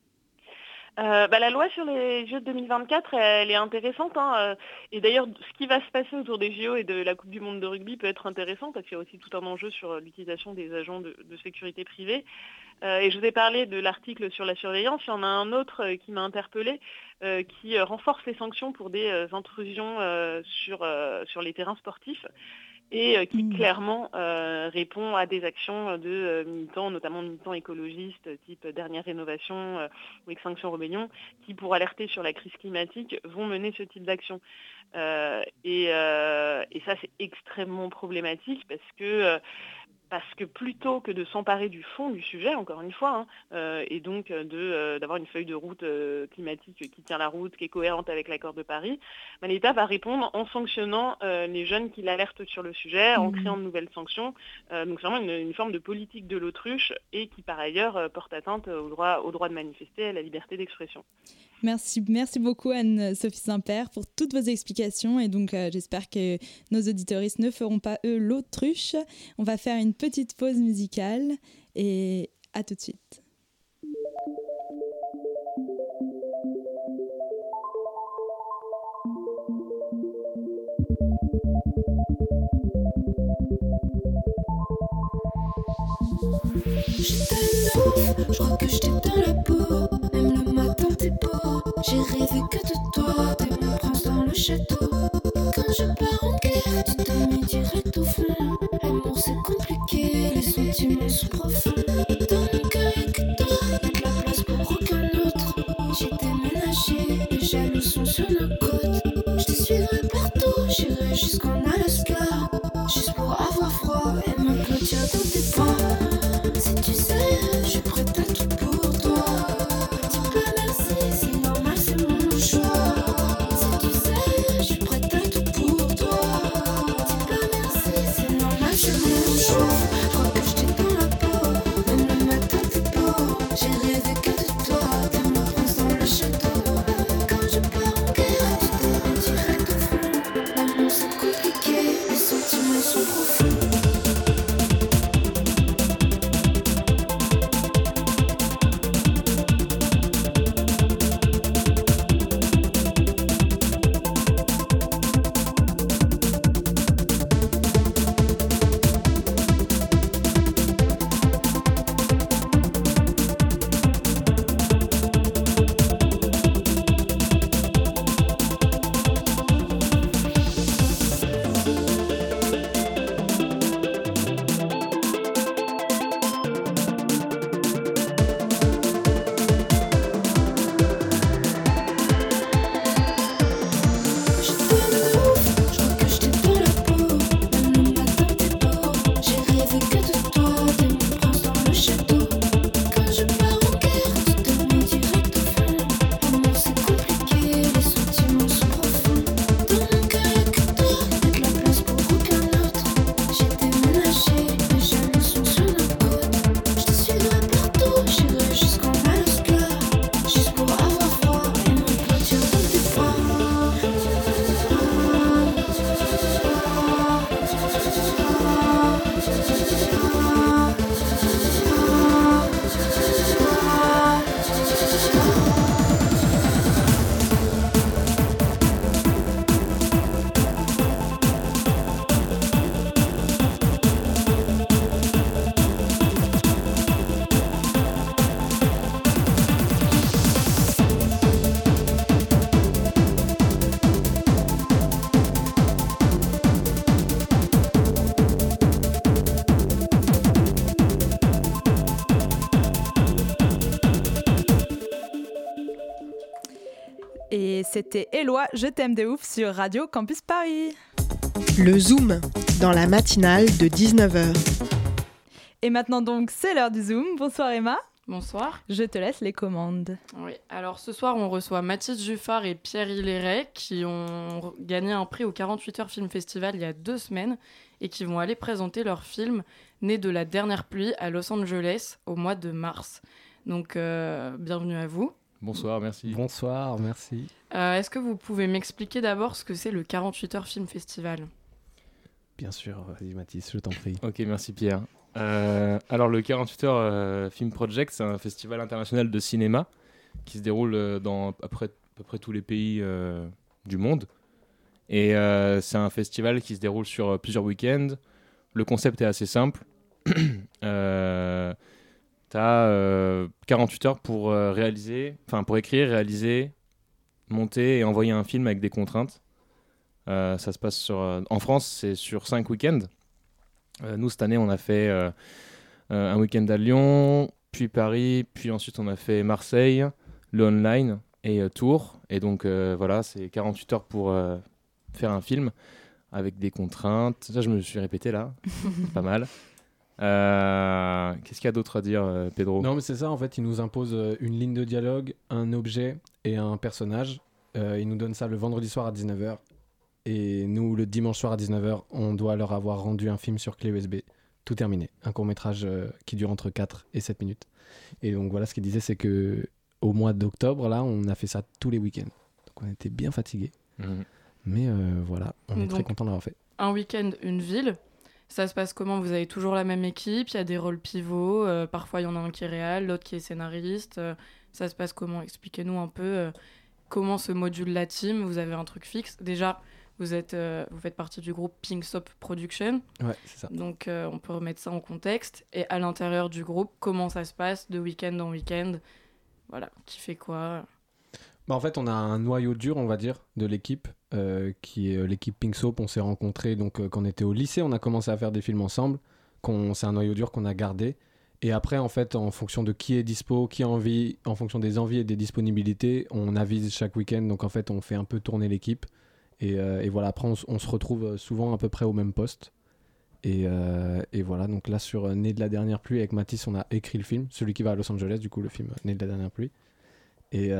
La loi sur les Jeux de 2024, elle est intéressante. Et d'ailleurs, ce qui va se passer autour des JO et de la Coupe du Monde de rugby peut être intéressant parce qu'il y a aussi tout un enjeu sur l'utilisation des agents de sécurité privée. Et je vous ai parlé de l'article sur la surveillance. Il y en a un autre qui m'a interpellée, qui renforce les sanctions pour des intrusions sur les terrains sportifs. Et qui clairement répond à des actions de militants, notamment militants écologistes, type Dernière Rénovation ou Extinction Rebellion, qui, pour alerter sur la crise climatique, vont mener ce type d'action. Et ça, c'est extrêmement problématique parce que plutôt que de s'emparer du fond du sujet, encore une fois, et donc d'avoir une feuille de route climatique qui tient la route, qui est cohérente avec l'accord de Paris, l'État va répondre en sanctionnant les jeunes qui l'alertent sur le sujet, en créant de nouvelles sanctions. Donc c'est vraiment une forme de politique de l'autruche et qui par ailleurs porte atteinte au droit de manifester, à la liberté d'expression. Merci beaucoup Anne-Sophie Saint-Père pour toutes vos explications et donc j'espère que nos auditeuristes ne feront pas eux l'autruche. On va faire une petite pause musicale et à tout de suite. J'étais ouf, je crois que j'étais dans la peau. Même le matin t'es beau. J'ai rêvé que de toi, t'es mon prince dans le château. Quand je pars en guerre, tu te mets direct au fond. L'amour c'est compliqué, les sentiments sont profonds. Dans mon cœur y'a que toi, y'a de la place pour aucun autre. J'ai déménagé, les jaloux sont sur nos côtes. Je te suivrai partout, j'irai jusqu'en Alaska. Juste pour avoir froid et m'applaudir dans tes bras. Si tu sais, je suis prête à tout pour toi. Dis pas merci, c'est normal, c'est mon choix. Si tu sais, je suis prête à tout pour toi. Dis pas merci, c'est normal, c'est mon choix. Je crois que j'étais dans la peau, même le matin t'es beau. J'ai rêvé que de toi, t'es mon prince dans le château. Quand je pars en guerre, tu te mets direct au fond. L'amour c'est compliqué, les sentiments sont profonds. Et c'était Éloi, je t'aime de ouf sur Radio Campus Paris. Le Zoom, dans la matinale de 19h. Et maintenant donc, c'est l'heure du Zoom. Bonsoir Emma. Bonsoir. Je te laisse les commandes. Oui, alors ce soir, on reçoit Mathis Juffard et Pierre Hilléret qui ont gagné un prix au 48 Heures Film Festival il y a 2 semaines et qui vont aller présenter leur film Né de la dernière pluie à Los Angeles au mois de mars. Donc, bienvenue à vous. Bonsoir, merci. Bonsoir, merci. Est-ce que vous pouvez m'expliquer d'abord ce que c'est le 48 Heures Film Festival ? Bien sûr, vas-y Mathis, je t'en prie. Ok, merci Pierre. Alors le 48 Heures Film Project, c'est un festival international de cinéma qui se déroule dans à peu près tous les pays du monde. Et c'est un festival qui se déroule sur plusieurs week-ends. Le concept est assez simple. T'as 48 heures pour écrire, réaliser, monter et envoyer un film avec des contraintes. Ça se passe en France, c'est sur 5 week-ends. Nous, cette année, on a fait un week-end à Lyon, puis Paris, puis ensuite on a fait Marseille, le online et Tours. Et donc voilà, c'est 48 heures pour faire un film avec des contraintes. Ça, je me suis répété là, c'est pas mal. Qu'est-ce qu'il y a d'autre à dire, Pedro ? Non, mais c'est ça, en fait, il nous impose une ligne de dialogue, un objet et un personnage. Il nous donne ça le vendredi soir à 19h. Et nous, le dimanche soir à 19h, on doit leur avoir rendu un film sur clé USB. Tout terminé. Un court-métrage qui dure entre 4 et 7 minutes. Et donc voilà, ce qu'il disait, c'est qu'au mois d'octobre, là, on a fait ça tous les week-ends. Donc on était bien fatigués. Mais voilà, on est très contents d'avoir fait. Un week-end, une ville. Ça se passe comment ? Vous avez toujours la même équipe ? Il y a des rôles pivots. Parfois, il y en a un qui est réal, l'autre qui est scénariste. Ça se passe comment ? Expliquez-nous un peu comment se module la team. Vous avez un truc fixe. Déjà, vous faites partie du groupe Pink Soap Production. Ouais, c'est ça. Donc, on peut remettre ça en contexte. Et à l'intérieur du groupe, comment ça se passe de week-end en week-end ? Voilà, qui fait quoi ? En fait, on a un noyau dur, on va dire, de l'équipe, qui est l'équipe Pink Soap. On s'est rencontrés quand on était au lycée, on a commencé à faire des films ensemble. C'est un noyau dur qu'on a gardé. Et après, en fait, en fonction de qui est dispo, qui a envie, en fonction des envies et des disponibilités, on avise chaque week-end. Donc, en fait, on fait un peu tourner l'équipe. Et voilà, après, on se retrouve souvent à peu près au même poste. Et voilà, donc là, sur Né de la dernière pluie, avec Mathis, on a écrit le film. Celui qui va à Los Angeles, du coup, le film Né de la dernière pluie. Et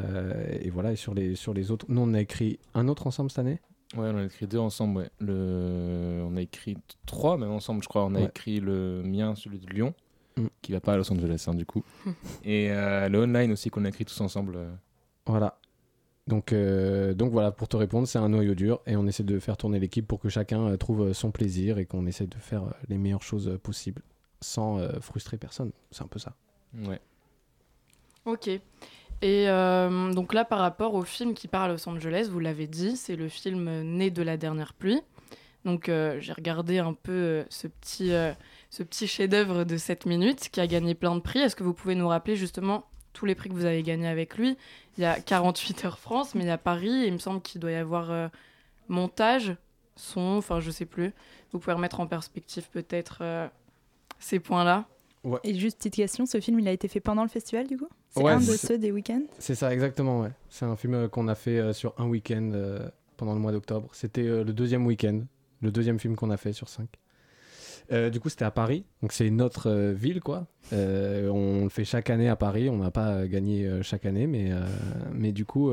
voilà, et sur les autres, nous on a écrit un autre ensemble cette année. Ouais, on a écrit 2 ensemble, ouais. On a écrit 3 même ensemble, je crois. On a écrit le mien, celui de Lyon, qui va pas à Los Angeles, du coup. Et le online aussi qu'on a écrit tous ensemble. Voilà. Donc voilà, pour te répondre, c'est un noyau dur et on essaie de faire tourner l'équipe pour que chacun trouve son plaisir et qu'on essaie de faire les meilleures choses possibles sans frustrer personne. C'est un peu ça. Ouais. Ok. Et donc là, par rapport au film qui part à Los Angeles, vous l'avez dit, c'est le film Né de la dernière pluie. Donc j'ai regardé un peu ce petit chef-d'œuvre de 7 minutes qui a gagné plein de prix. Est-ce que vous pouvez nous rappeler justement tous les prix que vous avez gagnés avec lui ? Il y a 48 Heures France, mais il y a Paris, et il me semble qu'il doit y avoir montage, son, enfin je sais plus. Vous pouvez remettre en perspective peut-être ces points-là. Ouais. Et juste petite question, ce film il a été fait pendant le festival du coup ? C'est un de ceux des week-ends ? C'est ça, exactement, ouais. C'est un film qu'on a fait sur un week-end pendant le mois d'octobre. C'était le 2e week-end, le 2e film qu'on a fait sur 5. Du coup, c'était à Paris, donc c'est notre ville, quoi. On le fait chaque année à Paris, on n'a pas gagné chaque année, mais du coup,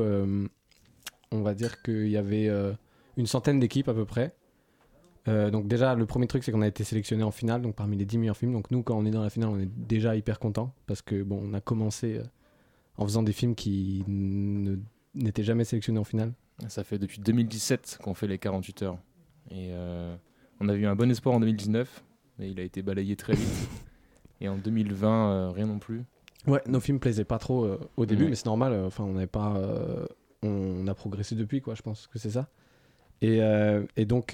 on va dire qu'il y avait une centaine d'équipes à peu près. Donc déjà, le premier truc, c'est qu'on a été sélectionné en finale, donc parmi les 10 meilleurs films. Donc nous, quand on est dans la finale, on est déjà hyper contents, parce que bon, on a commencé en faisant des films qui n'étaient jamais sélectionnés en finale. Ça fait depuis 2017 qu'on fait les 48 heures. Et on avait eu un bon espoir en 2019, mais il a été balayé très vite. Et en 2020, rien non plus. Ouais, nos films plaisaient pas trop au début, mais c'est normal. Enfin, on n'avait pas, on a progressé depuis, quoi. Je pense que c'est ça. Et donc,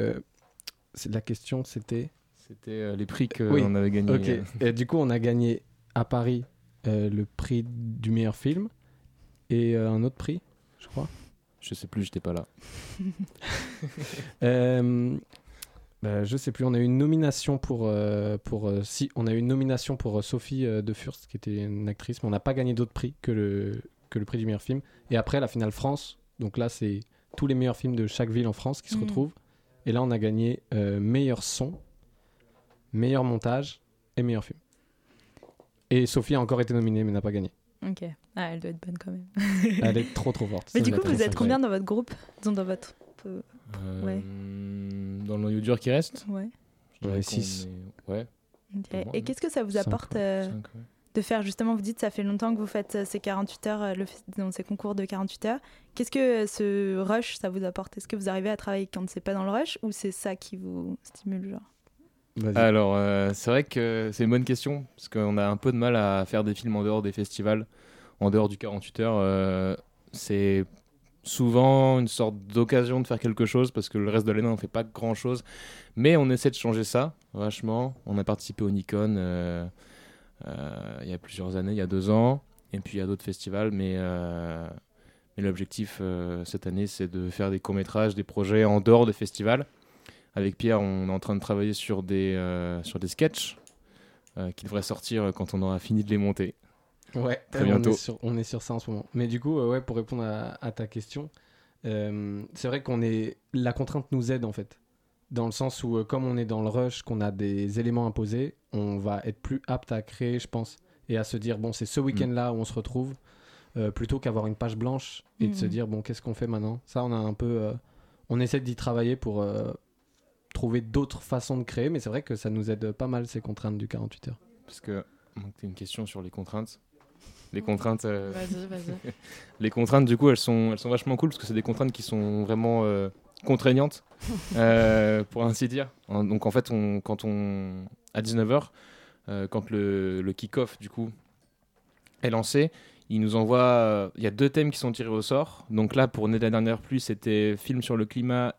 la question, c'était les prix qu'on avait gagnés. Ok. Et du coup, on a gagné à Paris le prix du meilleur film et un autre prix, je crois. Je sais plus, j'étais pas là. Je sais plus. On a eu une nomination pour Sophie de Furst, qui était une actrice, mais on n'a pas gagné d'autres prix que que le prix du meilleur film. Et après, la finale France. Donc là, c'est tous les meilleurs films de chaque ville en France qui se retrouvent. Et là, on a gagné meilleur son, meilleur montage et meilleur film. Et Sophie a encore été nominée, mais n'a pas gagné. Ok. Ah, elle doit être bonne quand même. Elle est trop forte. Mais du coup, vous êtes combien dans votre groupe? Disons dans votre... Ouais. Dans le noyau dur qui reste? Ouais. Je dirais 6. Ouais. Okay. Et qu'est-ce que ça vous apporte de faire, justement, vous dites, ça fait longtemps que vous faites ces 48 heures, ces concours de 48 heures. Qu'est-ce que ce rush, ça vous apporte? Est-ce que vous arrivez à travailler quand c'est pas dans le rush ou c'est ça qui vous stimule, genre? Vas-y. Alors, c'est vrai que c'est une bonne question, parce qu'on a un peu de mal à faire des films en dehors des festivals, en dehors du 48 heures. C'est souvent une sorte d'occasion de faire quelque chose, parce que le reste de l'année, on ne fait pas grand-chose. Mais on essaie de changer ça, vachement. On a participé au Nikon il y a plusieurs années, il y a 2 ans, et puis il y a d'autres festivals, mais l'objectif cette année, c'est de faire des courts-métrages, des projets en dehors des festivals. Avec Pierre, on est en train de travailler sur des sketchs qui devraient sortir quand on aura fini de les monter. Ouais, très bientôt. On est sur ça en ce moment. Mais du coup, pour répondre à ta question, c'est vrai la contrainte nous aide en fait. Dans le sens où, comme on est dans le rush, qu'on a des éléments imposés, on va être plus apte à créer, je pense, et à se dire, bon, c'est ce week-end-là où on se retrouve, plutôt qu'avoir une page blanche et de se dire, bon, qu'est-ce qu'on fait maintenant? Ça, on a un peu... on essaie d'y travailler pour trouver d'autres façons de créer, mais c'est vrai que ça nous aide pas mal, ces contraintes du 48 heures. Parce que, t'as une question sur les contraintes. Les contraintes... Vas-y. Les contraintes, du coup, elles sont vachement cool, parce que c'est des contraintes qui sont vraiment... contraignante, pour ainsi dire. Donc en fait, à 19h, quand le kick-off du coup est lancé, il nous envoie... Il y a 2 thèmes qui sont tirés au sort. Donc là, pour Né de la dernière pluie, c'était film sur le climat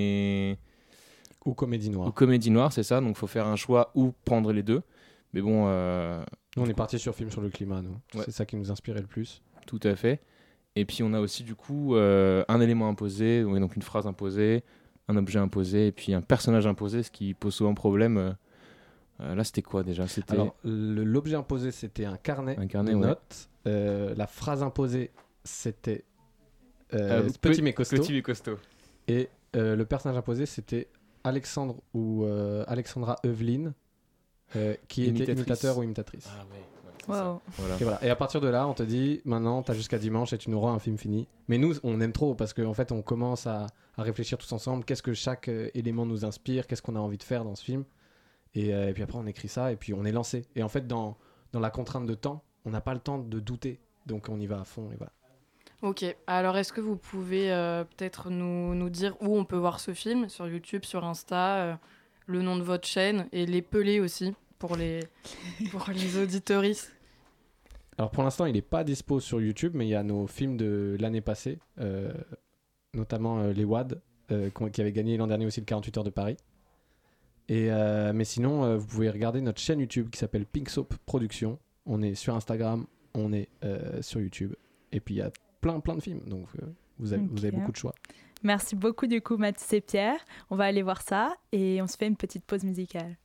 ou comédie noire. Ou comédie noire, c'est ça. Donc il faut faire un choix ou prendre les 2. Mais bon... nous, on est parti sur film sur le climat, nous. Ouais. C'est ça qui nous inspirait le plus. Tout à fait. Et puis on a aussi du coup un élément imposé, donc une phrase imposée, un objet imposé et puis un personnage imposé, ce qui pose souvent problème. Là c'était quoi déjà? Alors l'objet imposé c'était un carnet de notes. La phrase imposée c'était Petit mais costaud. Petit mais costaud. Et le personnage imposé c'était Alexandre ou Alexandra Eveline qui était imitateur ou imitatrice. Ah ouais. Wow. Voilà. Et à partir de là, on te dit maintenant, t'as jusqu'à dimanche et tu nous rends un film fini. Mais nous, on aime trop parce qu'en fait, on commence à réfléchir tous ensemble. Qu'est-ce que chaque élément nous inspire? Qu'est-ce qu'on a envie de faire dans ce film? Et puis après, on écrit ça et puis on est lancé. Et en fait, dans la contrainte de temps, on n'a pas le temps de douter. Donc, on y va à fond et voilà. Ok. Alors, est-ce que vous pouvez peut-être nous dire où on peut voir ce film? Sur YouTube, sur Insta, le nom de votre chaîne et les pelés aussi pour les auditoristes. Alors pour l'instant, il n'est pas dispo sur YouTube, mais il y a nos films de l'année passée, notamment les WAD, qui avaient gagné l'an dernier aussi le 48 heures de Paris. Mais sinon, vous pouvez regarder notre chaîne YouTube qui s'appelle Pink Soap Productions. On est sur Instagram, on est sur YouTube. Et puis il y a plein de films, donc vous avez beaucoup de choix. Merci beaucoup du coup Mathis et Pierre. On va aller voir ça et on se fait une petite pause musicale.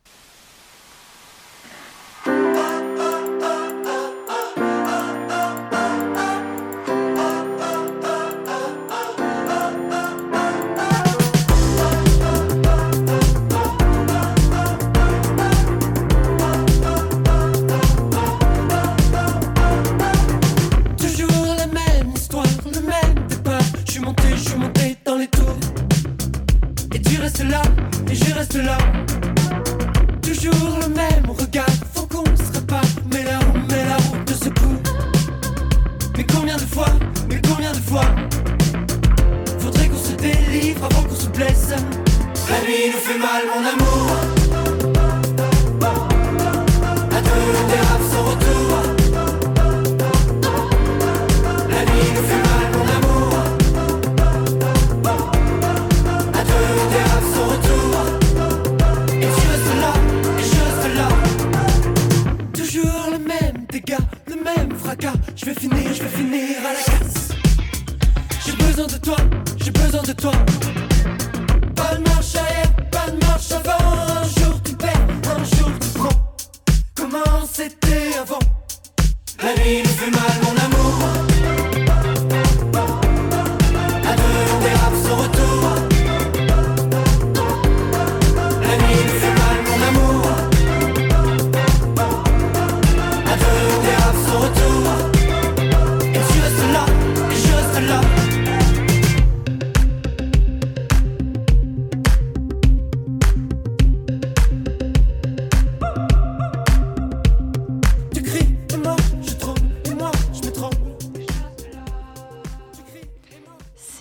Là, toujours le même regard, faut qu'on se répare, mais la route de secoue. Mais combien de fois, faudrait qu'on se délivre avant qu'on se blesse. La nuit nous fait mal, mon amour. À deux, on dérape sans retour. La nuit nous fait mal, mon amour. À deux, on dérape sans retour. Je vais finir à la casse. J'ai besoin de toi. Pas de marche arrière, pas de marche avant. Un jour tu perds, un jour tu prends. Comment c'était avant? La nuit nous fait mal, mon amour.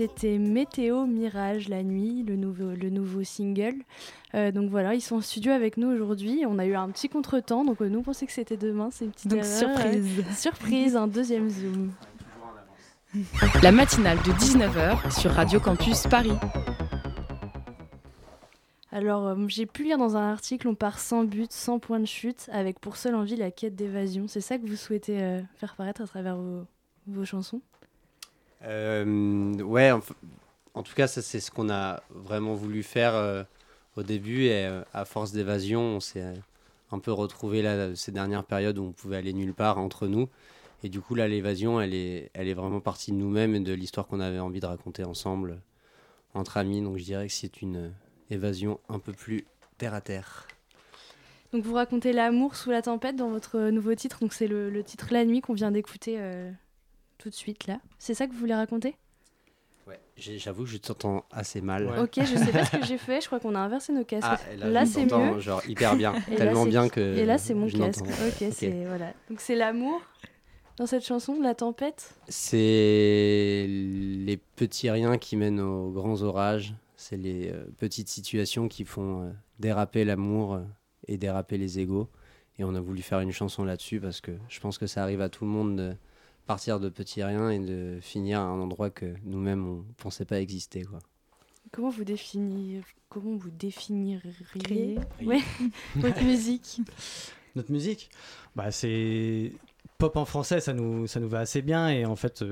c'était Météo Mirage la nuit, le nouveau single. Donc voilà, ils sont en studio avec nous aujourd'hui. On a eu un petit contretemps, donc nous on pensait que c'était demain, c'est une petite Donc erreur. Surprise, un deuxième zoom. La matinale de 19h sur Radio Campus Paris. Alors, j'ai pu lire dans un article, on part sans but, sans point de chute, avec pour seule envie la quête d'évasion. C'est ça que vous souhaitez faire paraître à travers vos chansons ? Ouais, en tout cas, ça c'est ce qu'on a vraiment voulu faire au début. Et à force d'évasion, on s'est un peu retrouvé là, ces dernières périodes où on pouvait aller nulle part entre nous. Et du coup, là, l'évasion, elle est vraiment partie de nous-mêmes et de l'histoire qu'on avait envie de raconter ensemble, entre amis. Donc je dirais que c'est une évasion un peu plus terre à terre. Donc vous racontez l'amour sous la tempête dans votre nouveau titre. Donc c'est le titre La Nuit qu'on vient d'écouter tout de suite là. C'est ça que vous voulez raconter ? Ouais, j'avoue que je t'entends assez mal. Ouais. Ok, je sais pas ce que j'ai fait. Je crois qu'on a inversé nos casques. Ah, là c'est mieux. Genre hyper bien, et tellement là, bien que. Et là c'est mon casque. Ok, c'est voilà. Donc c'est l'amour dans cette chanson, la tempête. C'est les petits riens qui mènent aux grands orages. C'est les petites situations qui font déraper l'amour et déraper les égos. Et on a voulu faire une chanson là-dessus parce que je pense que ça arrive à tout le monde de partir de petits riens et de finir à un endroit que nous-mêmes on pensait pas exister, quoi. Comment vous définiriez ouais, votre musique ? Notre musique, c'est pop en français, ça nous va assez bien et en fait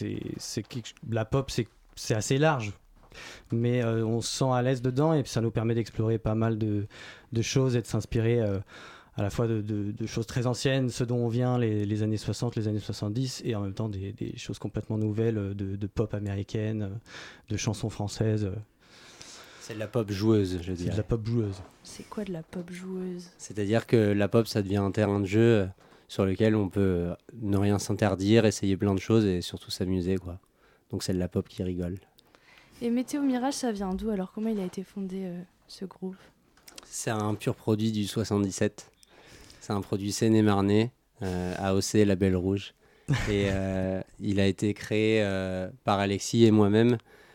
la pop c'est assez large. Mais on se sent à l'aise dedans et puis ça nous permet d'explorer pas mal de choses et de s'inspirer à la fois de choses très anciennes, ce dont on vient, les années 60, les années 70, et en même temps des choses complètement nouvelles de pop américaine, de chansons françaises. C'est de la pop joueuse, je dirais. C'est de la pop joueuse. C'est quoi de la pop joueuse ? C'est-à-dire que la pop, ça devient un terrain de jeu sur lequel on peut ne rien s'interdire, essayer plein de choses et surtout s'amuser, quoi. Donc c'est de la pop qui rigole. Et Météo Mirage, ça vient d'où ? Alors comment il a été fondé ce groupe ? C'est un pur produit du 77. C'est un produit Seine-et-Marnais, AOC Label Rouge. Et il a été créé par Alexis et moi-même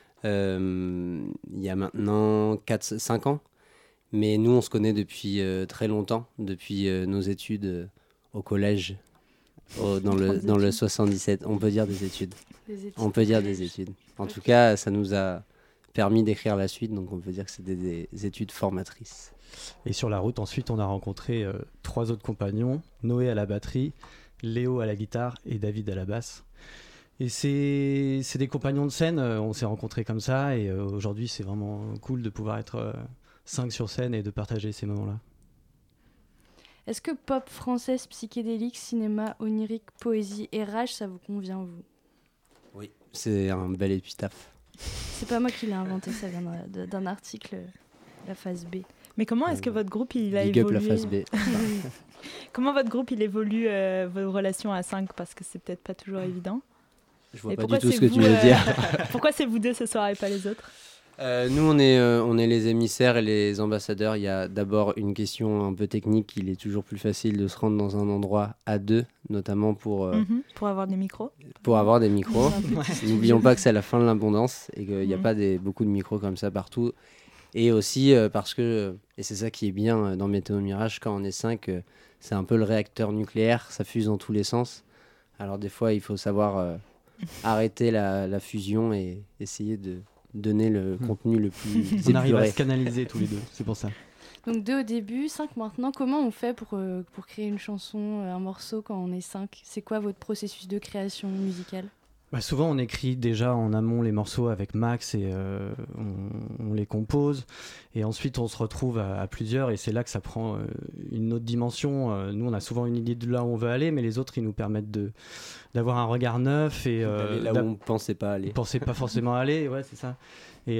il y a maintenant 4-5 ans. Mais nous, on se connaît depuis très longtemps, depuis nos études au collège, dans le 77. On peut dire des études. On peut dire des études. En tout cas, ça nous a permis d'écrire la suite, donc on peut dire que c'est des études formatrices. Et sur la route, ensuite, on a rencontré 3 autres compagnons, Noé à la batterie, Léo à la guitare et David à la basse. Et c'est des compagnons de scène, on s'est rencontrés comme ça, et aujourd'hui, c'est vraiment cool de pouvoir être 5 sur scène et de partager ces moments-là. Est-ce que pop française, psychédélique, cinéma, onirique, poésie et rage, ça vous convient, vous ? Oui, c'est un bel épitaphe. C'est pas moi qui l'ai inventé, ça vient d'un article, la phase B. Mais comment est-ce que votre groupe il a Big évolué ? up la phase B. Comment votre groupe il évolue vos relations à 5 ? Parce que c'est peut-être pas toujours évident. Je vois pas du tout ce que tu veux dire. Pourquoi c'est vous deux ce soir et pas les autres ? Nous, on est les émissaires et les ambassadeurs. Il y a d'abord une question un peu technique. Il est toujours plus facile de se rendre dans un endroit à deux, notamment pour avoir des micros. Pour avoir des micros. N'oublions pas que c'est la fin de l'abondance et qu'il n'y a pas beaucoup de micros comme ça partout. Et aussi parce que, et c'est ça qui est bien dans Météo Mirage, quand on est 5, c'est un peu le réacteur nucléaire, ça fuse dans tous les sens. Alors des fois, il faut savoir arrêter la fusion et essayer de donner le contenu le plus épuré. On arrive à se canaliser tous les deux, c'est pour ça. Donc 2 au début, 5 maintenant. Comment on fait pour créer une chanson, un morceau quand on est 5 ? C'est quoi votre processus de création musicale ? Souvent on écrit déjà en amont les morceaux avec Max et on les compose et ensuite on se retrouve à plusieurs et c'est là que ça prend une autre dimension. Nous on a souvent une idée de là où on veut aller, mais les autres ils nous permettent d'avoir un regard neuf et là où on pensait pas aller. Pensait pas forcément aller, ouais c'est ça.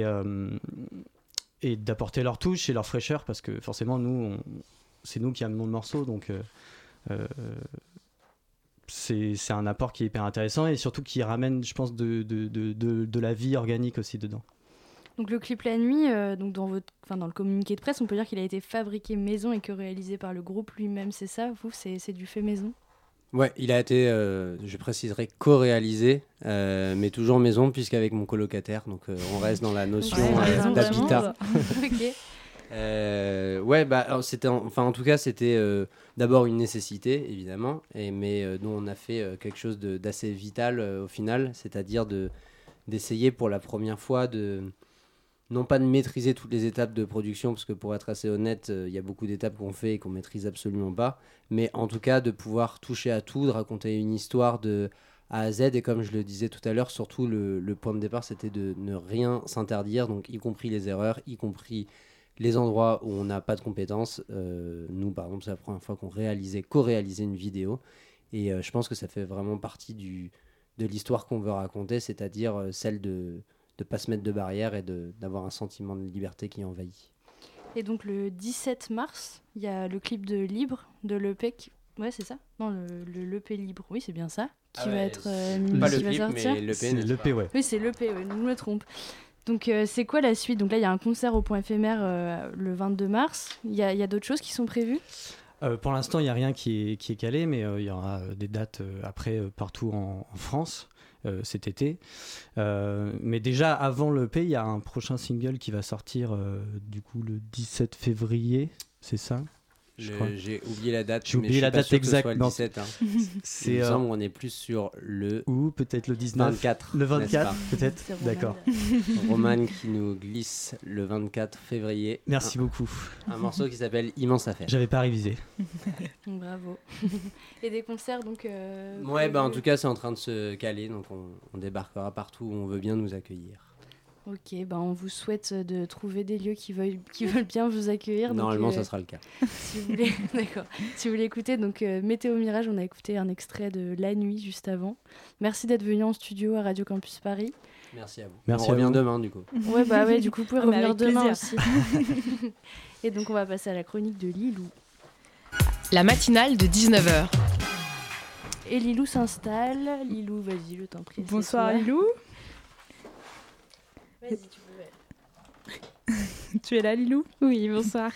Et d'apporter leur touche et leur fraîcheur parce que forcément c'est nous qui amenons le morceau donc c'est un apport qui est hyper intéressant et surtout qui ramène, je pense, de la vie organique aussi dedans. Donc le clip La Nuit, donc dans le communiqué de presse, on peut dire qu'il a été fabriqué maison et que réalisé par le groupe lui-même, c'est ça ? Vous, c'est du fait maison ? Ouais, il a été, je préciserai, co-réalisé, mais toujours maison, puisqu'avec mon colocataire, donc on reste dans la notion d'habitat. Ok. Ouais, bah, alors, en tout cas, c'était d'abord une nécessité, évidemment, mais dont on a fait quelque chose d'assez vital au final, c'est-à-dire d'essayer pour la première fois non pas de maîtriser toutes les étapes de production, parce que pour être assez honnête, il y a beaucoup d'étapes qu'on fait et qu'on maîtrise absolument pas, mais en tout cas de pouvoir toucher à tout, de raconter une histoire de A à Z, et comme je le disais tout à l'heure, surtout le point de départ, c'était de ne rien s'interdire, donc y compris les erreurs, y compris les endroits où on n'a pas de compétences. Nous, par exemple, c'est la première fois qu'on co-réalisait une vidéo, et je pense que ça fait vraiment partie de l'histoire qu'on veut raconter, c'est-à-dire celle de ne pas se mettre de barrières et d'avoir un sentiment de liberté qui envahit. Et donc le 17 mars, il y a le clip de Libre de l'EP. Ouais, c'est ça. Non, l'EP Libre, oui, c'est bien ça. Qui va être pas qui le va clip, sortir. mais l'EP, C'est l'EP, ouais. Oui, c'est l'EP, ouais, je me trompe. Donc c'est quoi la suite? Donc là, il y a un concert au Point Éphémère le 22 mars. Il y a d'autres choses qui sont prévues? Pour l'instant, il n'y a rien qui est calé, mais il y aura des dates après partout en France. Cet été. Mais déjà, avant l'EP, il y a un prochain single qui va sortir du coup le 17 février, c'est ça? J'ai oublié la date. J'ai oublié la date exacte. Le 17, hein. Il me semble qu'on est plus sur le... Ou peut-être le 19. 24. Le 24, peut-être. D'accord. Roman qui nous glisse le 24 février. Merci beaucoup. Un morceau qui s'appelle Immense Affaire. J'avais pas révisé. Bravo. Et des concerts, donc... Ouais, bah en tout cas, c'est en train de se caler, donc on débarquera partout où on veut bien nous accueillir. Ok, bah on vous souhaite de trouver des lieux qui veulent bien vous accueillir. Normalement, donc, ça sera le cas. Si vous voulez, d'accord. Si vous voulez écouter, donc Météo Mirage, on a écouté un extrait de La Nuit juste avant. Merci d'être venu en studio à Radio Campus Paris. Merci à vous. Merci on revient demain, du coup. Ouais, bah ouais, du coup, vous pouvez revenir demain plaisir. aussi. Et donc, on va passer à la chronique de Lilou. La matinale de 19h. Et Lilou s'installe. Lilou, vas-y, je t'en prie. Bonsoir c'est toi. Lilou. Vas-y, tu peux. Tu es là Lilou? Oui, bonsoir.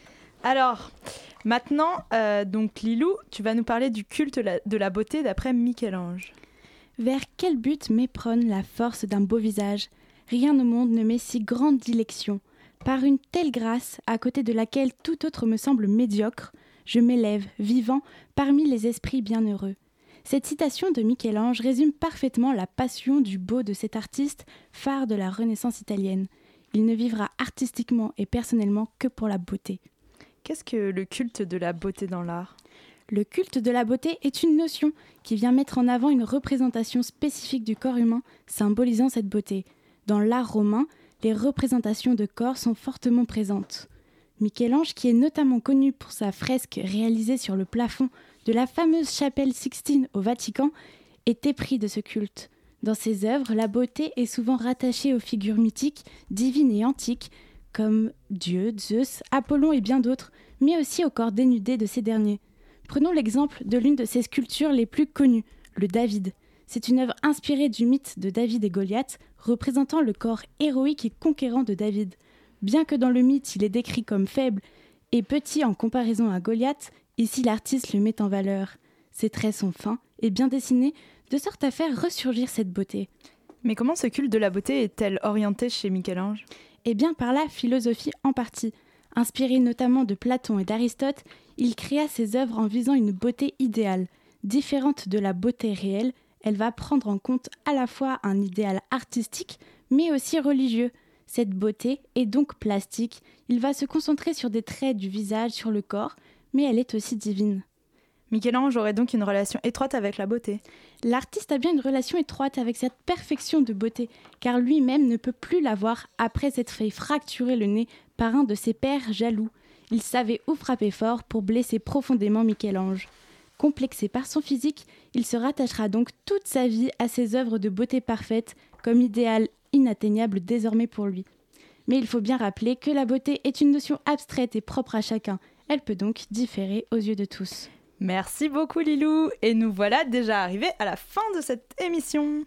Alors, maintenant, donc Lilou, tu vas nous parler du culte de la beauté d'après Michel-Ange. Vers quel but m'éperonne la force d'un beau visage? Rien au monde ne met si grande dilection. Par une telle grâce, à côté de laquelle tout autre me semble médiocre, je m'élève, vivant, parmi les esprits bienheureux. Cette citation de Michel-Ange résume parfaitement la passion du beau de cet artiste, phare de la Renaissance italienne. Il ne vivra artistiquement et personnellement que pour la beauté. Qu'est-ce que le culte de la beauté dans l'art? Le culte de la beauté est une notion qui vient mettre en avant une représentation spécifique du corps humain, symbolisant cette beauté. Dans l'art romain, les représentations de corps sont fortement présentes. Michel-Ange, qui est notamment connu pour sa fresque réalisée sur le plafond de la fameuse chapelle Sixtine au Vatican, est épris de ce culte. Dans ses œuvres, la beauté est souvent rattachée aux figures mythiques, divines et antiques, comme Dieu, Zeus, Apollon et bien d'autres, mais aussi au corps dénudé de ces derniers. Prenons l'exemple de l'une de ses sculptures les plus connues, le David. C'est une œuvre inspirée du mythe de David et Goliath, représentant le corps héroïque et conquérant de David. Bien que dans le mythe, il est décrit comme faible et petit en comparaison à Goliath, ici l'artiste le met en valeur. Ses traits sont fins et bien dessinés, de sorte à faire ressurgir cette beauté. Mais comment ce culte de la beauté est-elle orienté chez Michel-Ange? Eh bien par la philosophie en partie. Inspiré notamment de Platon et d'Aristote, il créa ses œuvres en visant une beauté idéale. Différente de la beauté réelle, elle va prendre en compte à la fois un idéal artistique, mais aussi religieux. Cette beauté est donc plastique, il va se concentrer sur des traits du visage, sur le corps, mais elle est aussi divine. Michel-Ange aurait donc une relation étroite avec la beauté. L'artiste a bien une relation étroite avec cette perfection de beauté, car lui-même ne peut plus l'avoir après s'être fait fracturer le nez par un de ses pairs jaloux. Il savait où frapper fort pour blesser profondément Michel-Ange. Complexé par son physique, il se rattachera donc toute sa vie à ses œuvres de beauté parfaite, comme idéal inatteignable désormais pour lui. Mais il faut bien rappeler que la beauté est une notion abstraite et propre à chacun. Elle peut donc différer aux yeux de tous. Merci beaucoup Lilou. Et nous voilà déjà arrivés à la fin de cette émission.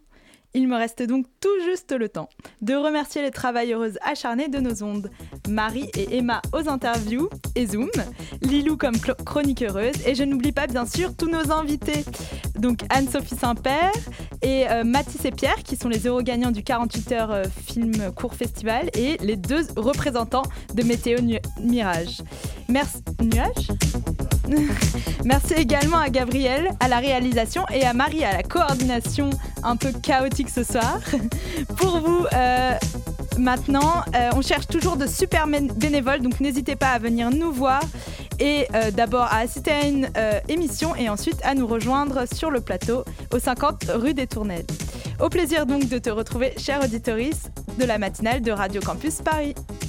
Il me reste donc tout juste le temps de remercier les travailleuses acharnées de nos ondes. Marie et Emma aux interviews et Zoom, Lilou comme chroniqueuse, et je n'oublie pas bien sûr tous nos invités. Donc Anne-Sophie Saint-Père et Mathis et Pierre qui sont les Euro-gagnants du 48 heures film court festival et les 2 représentants de Météo Mirage. Merci. Nuage Merci également à Gabriel à la réalisation et à Marie à la coordination un peu chaotique ce soir. Pour vous, maintenant, on cherche toujours de super bénévoles, donc n'hésitez pas à venir nous voir et d'abord à assister à une émission et ensuite à nous rejoindre sur le plateau au 50 rue des Tournelles. Au plaisir donc de te retrouver, chère auditorice de la matinale de Radio Campus Paris.